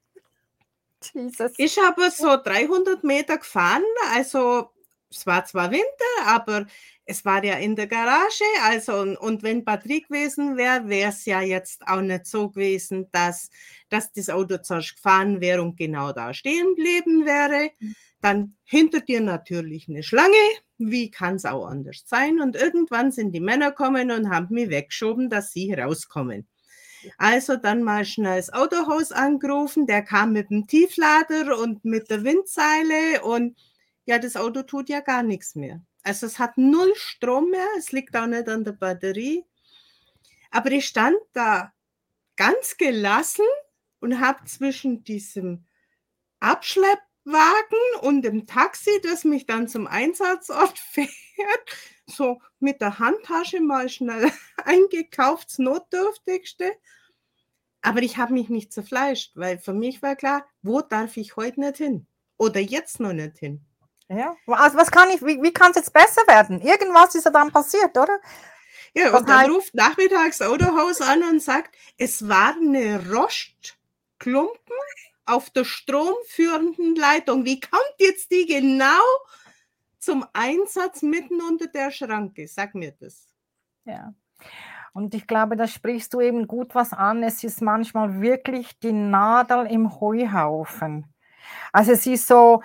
Jesus.
Ich habe so 300 Meter gefahren, also es war zwar Winter, aber es war ja in der Garage, also und wenn Batterie gewesen wäre, wäre es ja jetzt auch nicht so gewesen, dass das Auto zuerst gefahren wäre und genau da stehen geblieben wäre. Dann hinter dir natürlich eine Schlange, wie kann es auch anders sein? Und irgendwann sind die Männer gekommen und haben mich weggeschoben, dass sie rauskommen. Also dann mal schnell das Autohaus angerufen, der kam mit dem Tieflader und mit der Windseile und ja, das Auto tut ja gar nichts mehr. Also es hat null Strom mehr, es liegt auch nicht an der Batterie. Aber ich stand da ganz gelassen und habe zwischen diesem Abschleppwagen und dem Taxi, das mich dann zum Einsatzort fährt, so mit der Handtasche mal schnell eingekauft, das Notdürftigste. Aber ich habe mich nicht zerfleischt, weil für mich war klar, wo darf ich heute nicht hin? Oder jetzt noch nicht hin?
Ja, also wie kann es jetzt besser werden? Irgendwas ist ja dann passiert, oder?
Ja, und dann ruft nachmittags das Autohaus an und sagt, es war eine Rostklumpen auf der stromführenden Leitung. Wie kommt jetzt die genau zum Einsatz mitten unter der Schranke? Sag mir das.
Ja. Und ich glaube, da sprichst du eben gut was an. Es ist manchmal wirklich die Nadel im Heuhaufen. Also es ist so,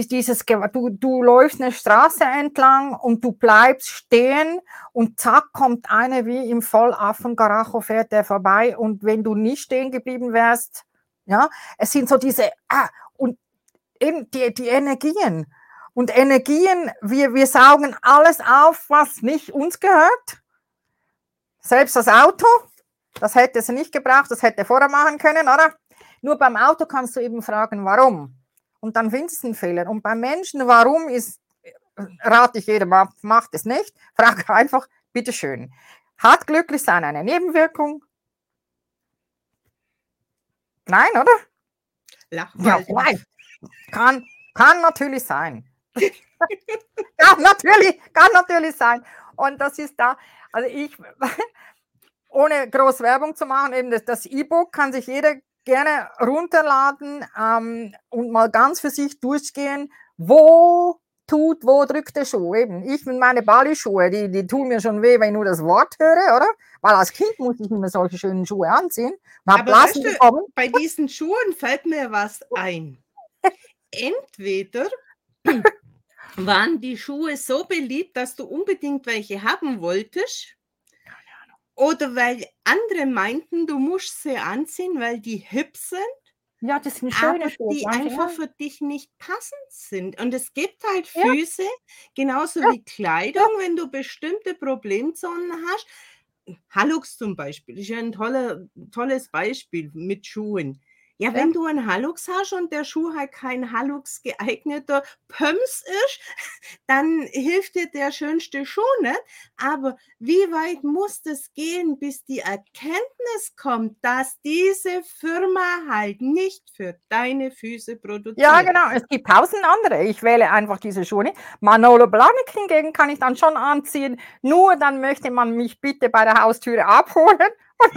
du läufst eine Straße entlang und du bleibst stehen und zack, kommt einer wie im Vollaffen-Garacho, fährt der vorbei und wenn du nicht stehen geblieben wärst, ja, es sind so diese, und eben die Energien. Und Energien, wir saugen alles auf, was nicht uns gehört. Selbst das Auto, das hätte sie nicht gebraucht, das hätte vorher machen können, oder? Nur beim Auto kannst du eben fragen, warum? Und dann findest du einen Fehler. Und beim Menschen, warum ist, rate ich jedem ab, macht es nicht. Frag einfach, bitteschön. Hat glücklich sein eine Nebenwirkung? Nein, oder? Ja, vielleicht. Kann natürlich sein. kann natürlich sein. Und das ist da, also ich, ohne groß Werbung zu machen, eben das E-Book kann sich jeder gerne runterladen und mal ganz für sich durchgehen, wo drückt der Schuh? Eben, ich mit meine Bali-Schuhe, die tun mir schon weh, wenn ich nur das Wort höre, oder? Weil als Kind musste ich immer solche schönen Schuhe anziehen.
Aber weißt du, bei diesen Schuhen fällt mir was ein. Entweder waren die Schuhe so beliebt, dass du unbedingt welche haben wolltest, oder weil andere meinten, du musst sie anziehen, weil die hip sind.
Ja, das sind schöne
aber
Schuhe,
die einfach für dich nicht passend sind. Und es gibt halt Füße, genauso wie Kleidung, wenn du bestimmte Problemzonen hast. Hallux zum Beispiel ist ja ein tolles Beispiel mit Schuhen. Ja, wenn du einen Hallux hast und der Schuh halt kein Hallux geeigneter Pumps ist, dann hilft dir der schönste Schuh nicht. Aber wie weit muss das gehen, bis die Erkenntnis kommt, dass diese Firma halt nicht für deine Füße produziert?
Ja, genau. Es gibt 1000 andere. Ich wähle einfach diese Schuhe nicht. Manolo Blahnik hingegen kann ich dann schon anziehen. Nur dann möchte man mich bitte bei der Haustüre abholen und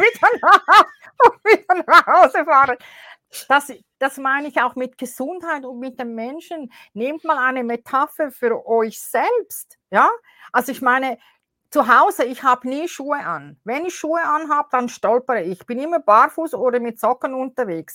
wieder nach Hause fahren. Das meine ich auch mit Gesundheit und mit den Menschen. Nehmt mal eine Metapher für euch selbst. Ja? Also ich meine, zu Hause, ich habe nie Schuhe an. Wenn ich Schuhe anhabe, dann stolpere ich. Ich bin immer barfuß oder mit Socken unterwegs.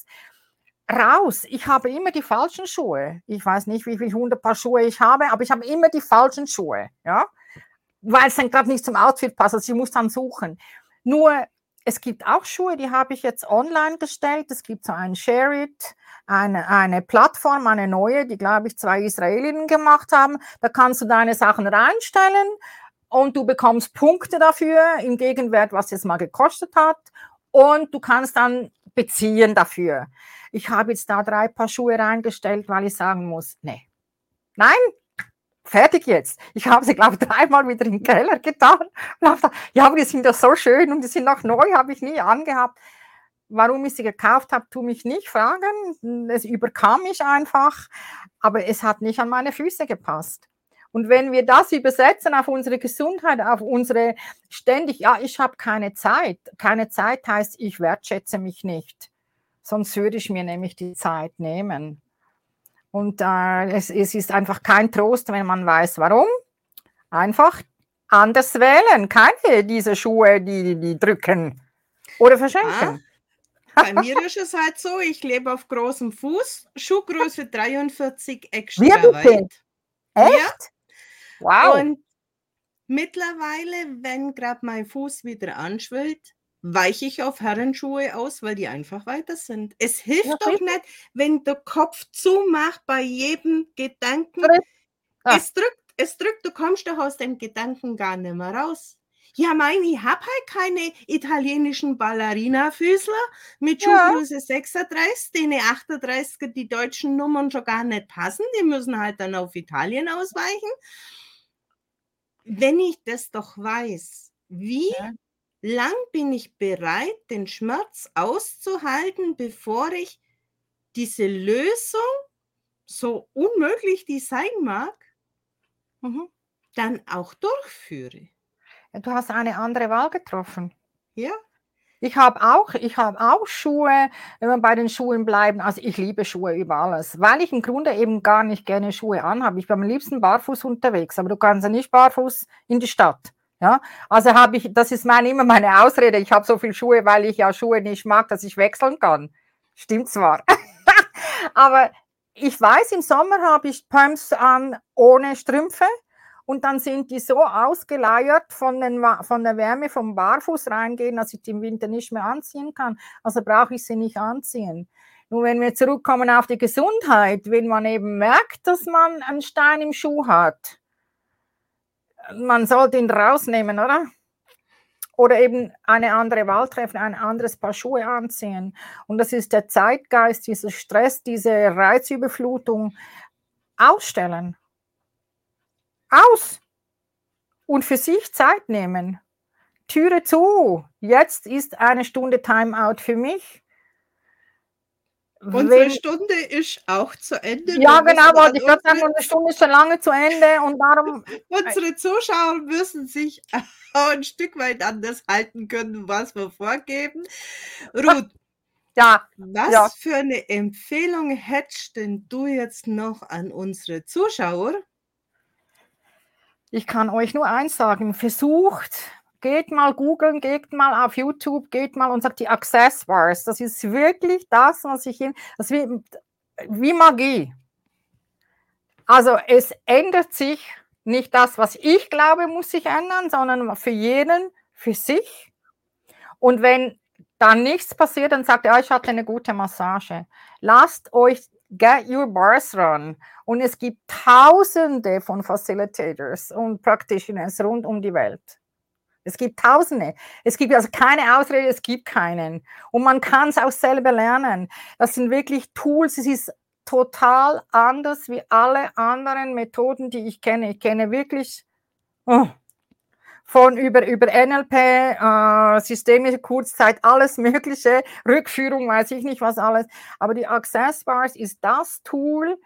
Raus, ich habe immer die falschen Schuhe. Ich weiß nicht, wie viele 100 Paar Schuhe ich habe, aber ich habe immer die falschen Schuhe. Ja? Weil es dann gerade nicht zum Outfit passt. Also ich muss dann suchen. Nur es gibt auch Schuhe, die habe ich jetzt online gestellt. Es gibt so einen Share-It, eine Plattform, eine neue, die, glaube ich, 2 Israelinnen gemacht haben. Da kannst du deine Sachen reinstellen und du bekommst Punkte dafür, im Gegenwert, was es mal gekostet hat. Und du kannst dann beziehen dafür. Ich habe jetzt da 3 Paar Schuhe reingestellt, weil ich sagen muss, nee, nein, fertig jetzt. Ich habe sie, glaube ich, 3-mal wieder in den Keller getan. Ja, aber die sind doch so schön und die sind noch neu, habe ich nie angehabt. Warum ich sie gekauft habe, tu mich nicht fragen. Es überkam mich einfach, aber es hat nicht an meine Füße gepasst. Und wenn wir das übersetzen auf unsere Gesundheit, auf unsere ständig, ja, ich habe keine Zeit. Keine Zeit heißt, ich wertschätze mich nicht. Sonst würde ich mir nämlich die Zeit nehmen. Und es ist einfach kein Trost, wenn man weiß, warum. Einfach anders wählen. Keine dieser Schuhe, die drücken oder verschenken.
Bei mir ist es halt so, ich lebe auf großem Fuß, Schuhgröße 43 extra weit.
Echt? Ja. Wow.
Und mittlerweile, wenn gerade mein Fuß wieder anschwillt, weiche ich auf Herrenschuhe aus, weil die einfach weiter sind. Es hilft doch nicht, wenn der Kopf zumacht bei jedem Gedanken. Es drückt, du kommst doch aus dem Gedanken gar nicht mehr raus. Ja, ich habe halt keine italienischen Ballerina-Füßler mit Schuhgröße 36, denen 38er die deutschen Nummern schon gar nicht passen. Die müssen halt dann auf Italien ausweichen. Wenn ich das doch weiß, wie lang bin ich bereit, den Schmerz auszuhalten, bevor ich diese Lösung, so unmöglich die sein mag, dann auch durchführe?
Du hast eine andere Wahl getroffen.
Ja.
Ich habe auch Schuhe, wenn wir bei den Schuhen bleiben, also ich liebe Schuhe über alles, weil ich im Grunde eben gar nicht gerne Schuhe anhabe. Ich bin am liebsten barfuß unterwegs, aber du kannst ja nicht barfuß in die Stadt. Ja, also das ist immer meine Ausrede, ich habe so viele Schuhe, weil ich ja Schuhe nicht mag, dass ich wechseln kann. Stimmt zwar. Aber ich weiß, im Sommer habe ich Pumps an ohne Strümpfe. Und dann sind die so ausgeleiert von der Wärme vom Barfuß reingehen, dass ich die im Winter nicht mehr anziehen kann. Also brauche ich sie nicht anziehen. Nur wenn wir zurückkommen auf die Gesundheit, wenn man eben merkt, dass man einen Stein im Schuh hat, man sollte ihn rausnehmen, oder? Oder eben eine andere Wahl treffen, ein anderes Paar Schuhe anziehen. Und das ist der Zeitgeist, dieser Stress, diese Reizüberflutung. Ausstellen. Aus. Und für sich Zeit nehmen. Türe zu. Jetzt ist eine Stunde Timeout für mich.
Unsere Stunde ist auch zu Ende.
Ja, genau, wollte ich gerade sagen, unsere Stunde ist schon lange zu Ende und darum.
Unsere Zuschauer müssen sich auch ein Stück weit an das halten können, was wir vorgeben. Ruth,
ja,
was für eine Empfehlung hättest denn du jetzt noch an unsere Zuschauer?
Ich kann euch nur eins sagen, versucht, geht mal googeln, geht mal auf YouTube, geht mal und sagt die Access Bars. Das ist wirklich das, was ich das wie Magie. Also es ändert sich nicht das, was ich glaube, muss sich ändern, sondern für jeden, für sich. Und wenn dann nichts passiert, dann sagt er, ich hatte eine gute Massage. Lasst euch get your bars run. Und es gibt Tausende von Facilitators und Practitioners rund um die Welt. Es gibt Tausende. Es gibt also keine Ausrede, es gibt keinen. Und man kann es auch selber lernen. Das sind wirklich Tools, es ist total anders wie alle anderen Methoden, die ich kenne. Ich kenne wirklich von über NLP, systemische Kurzzeit, alles Mögliche, Rückführung, weiß ich nicht was alles. Aber die Access Bars ist das Tool.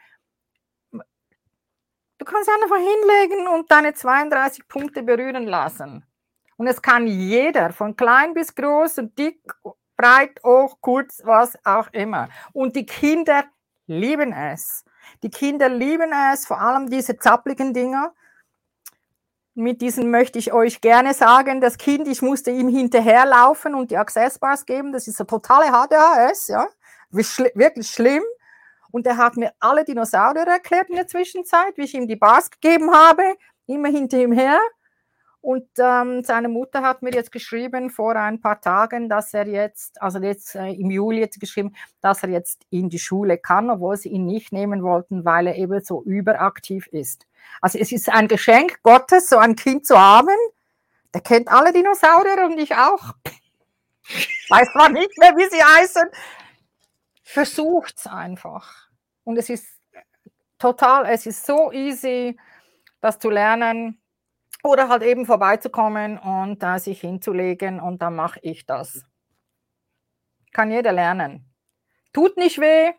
Du kannst einfach hinlegen und deine 32 Punkte berühren lassen. Und es kann jeder, von klein bis groß und dick, breit, hoch, kurz, was auch immer. Und die Kinder lieben es. Die Kinder lieben es, vor allem diese zappligen Dinger. Mit diesen möchte ich euch gerne sagen, das Kind, ich musste ihm hinterherlaufen und die Access Bars geben. Das ist eine totale HDHS, ja. Wirklich schlimm. Und er hat mir alle Dinosaurier erklärt in der Zwischenzeit, wie ich ihm die Bars gegeben habe, immer hinter ihm her. Und seine Mutter hat mir jetzt geschrieben vor ein paar Tagen, dass er jetzt, also jetzt im Juli jetzt geschrieben, dass er jetzt in die Schule kann, obwohl sie ihn nicht nehmen wollten, weil er eben so überaktiv ist. Also es ist ein Geschenk Gottes, so ein Kind zu haben. Der kennt alle Dinosaurier und ich auch. Weiß zwar nicht mehr, wie sie heißen. Versucht's einfach. Und es ist es ist so easy, das zu lernen. Oder halt eben vorbeizukommen und sich hinzulegen und dann mache ich das. Kann jeder lernen. Tut nicht weh.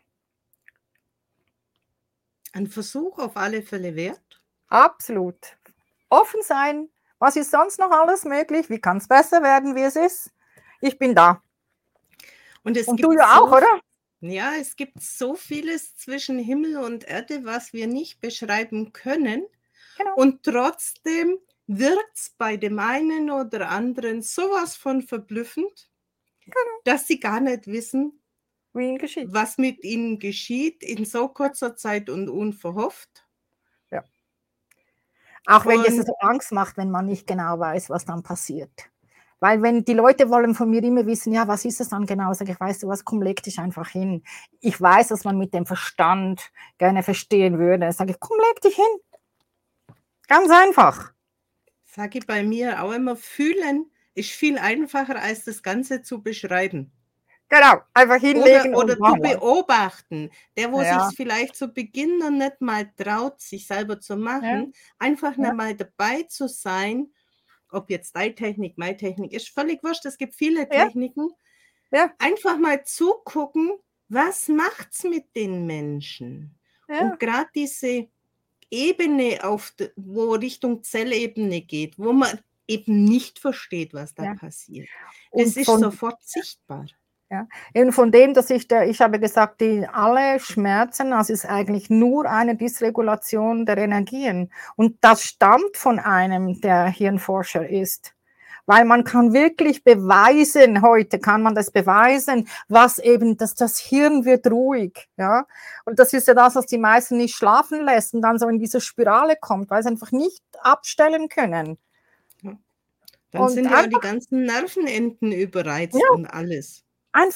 Ein Versuch auf alle Fälle wert.
Absolut. Offen sein. Was ist sonst noch alles möglich? Wie kann es besser werden, wie es ist? Ich bin da.
Und
du ja auch, oder?
Ja, es gibt so vieles zwischen Himmel und Erde, was wir nicht beschreiben können. Genau. Und trotzdem wird es bei dem einen oder anderen sowas von verblüffend, genau, dass sie gar nicht wissen, was mit ihnen geschieht in so kurzer Zeit und unverhofft.
Ja. Auch wenn es so Angst macht, wenn man nicht genau weiß, was dann passiert. Weil wenn die Leute wollen von mir immer wissen, ja, was ist es dann genau? Sag ich, weißt du was, komm, leg dich einfach hin. Ich weiß, dass man mit dem Verstand gerne verstehen würde. Sag ich, komm, leg dich hin. Ganz einfach.
Sage ich bei mir auch immer, fühlen ist viel einfacher, als das Ganze zu beschreiben.
Genau, einfach hinlegen.
Oder zu beobachten. Der, wo
ja.
sich vielleicht zu Beginn noch nicht mal traut, sich selber zu machen, einfach nicht mal dabei zu sein, ob jetzt deine Technik, meine Technik, ist völlig wurscht, es gibt viele Techniken. Einfach mal zugucken, was macht's mit den Menschen? Und gerade diese Ebene, wo Richtung Zellebene geht, wo man eben nicht versteht, was da passiert. Das ist sofort sichtbar.
Ja, eben von dem, dass ich habe gesagt, alle Schmerzen, das ist eigentlich nur eine Dysregulation der Energien. Und das stammt von einem, der Hirnforscher ist. Weil man kann wirklich beweisen, heute kann man das beweisen, was eben, dass das Hirn wird ruhig, ja. Und das ist ja das, was die meisten nicht schlafen lässt und dann so in diese Spirale kommt, weil sie einfach nicht abstellen können.
Ja. Dann sind ja die ganzen Nervenenden überreizt und alles.
Einfach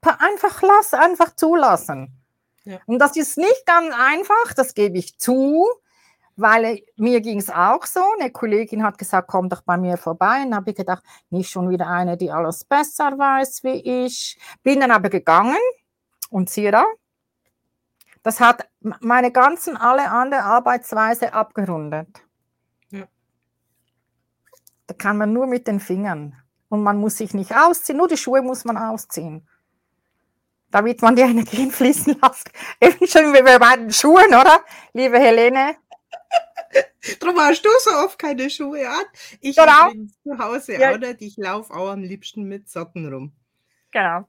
einfach zulassen.
Ja.
Und das ist nicht ganz einfach, das gebe ich zu, weil mir ging es auch so. Eine Kollegin hat gesagt, komm doch bei mir vorbei. Und dann habe ich gedacht, nicht schon wieder eine, die alles besser weiß wie ich. Bin dann aber gegangen und siehe da, das hat meine alle andere Arbeitsweise abgerundet.
Ja.
Da kann man nur mit den Fingern. Und man muss sich nicht ausziehen, nur die Schuhe muss man ausziehen. Damit man die Energien fließen lässt. Eben schon wie bei den Schuhen, oder? Liebe Helene.
Darum hast du so oft keine Schuhe an. Ich
Genau.
übrigens zu Hause
Ja.
auch nicht. Ich laufe auch am liebsten mit Socken rum.
Genau.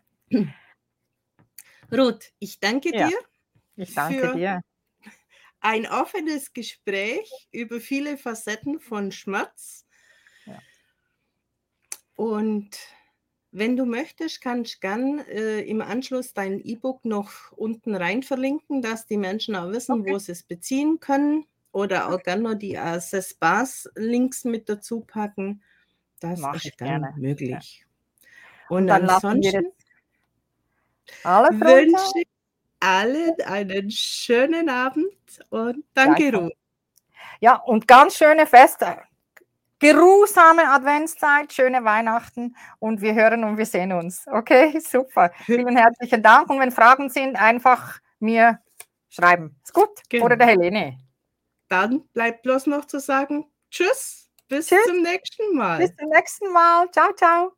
Ruth, ich danke
Ja.
dir
Ich danke
für
dir.
ein offenes Gespräch über viele Facetten von Schmerz.
Ja.
Und wenn du möchtest, kannst du gern im Anschluss dein E-Book noch unten rein verlinken, dass die Menschen auch wissen,
Okay.
wo sie es beziehen können. Oder auch gerne noch die Access Bars Links mit dazu packen. Das
Mach
ist
ich
gern
gerne.
möglich.
Und
Und
dann lassen wir
ansonsten
alles
wünsche
runter.
ich allen einen schönen Abend und danke, Ruth.
Ja, und ganz schöne Feste. Geruhsame Adventszeit, schöne Weihnachten und wir hören und wir sehen uns. Okay, super. Vielen herzlichen Dank und wenn Fragen sind, einfach mir schreiben. Ist gut?
Genau.
Oder der Helene.
Dann bleibt bloß noch zu sagen, tschüss, bis
Tschüss.
zum nächsten Mal.
Bis zum nächsten Mal. Ciao, ciao.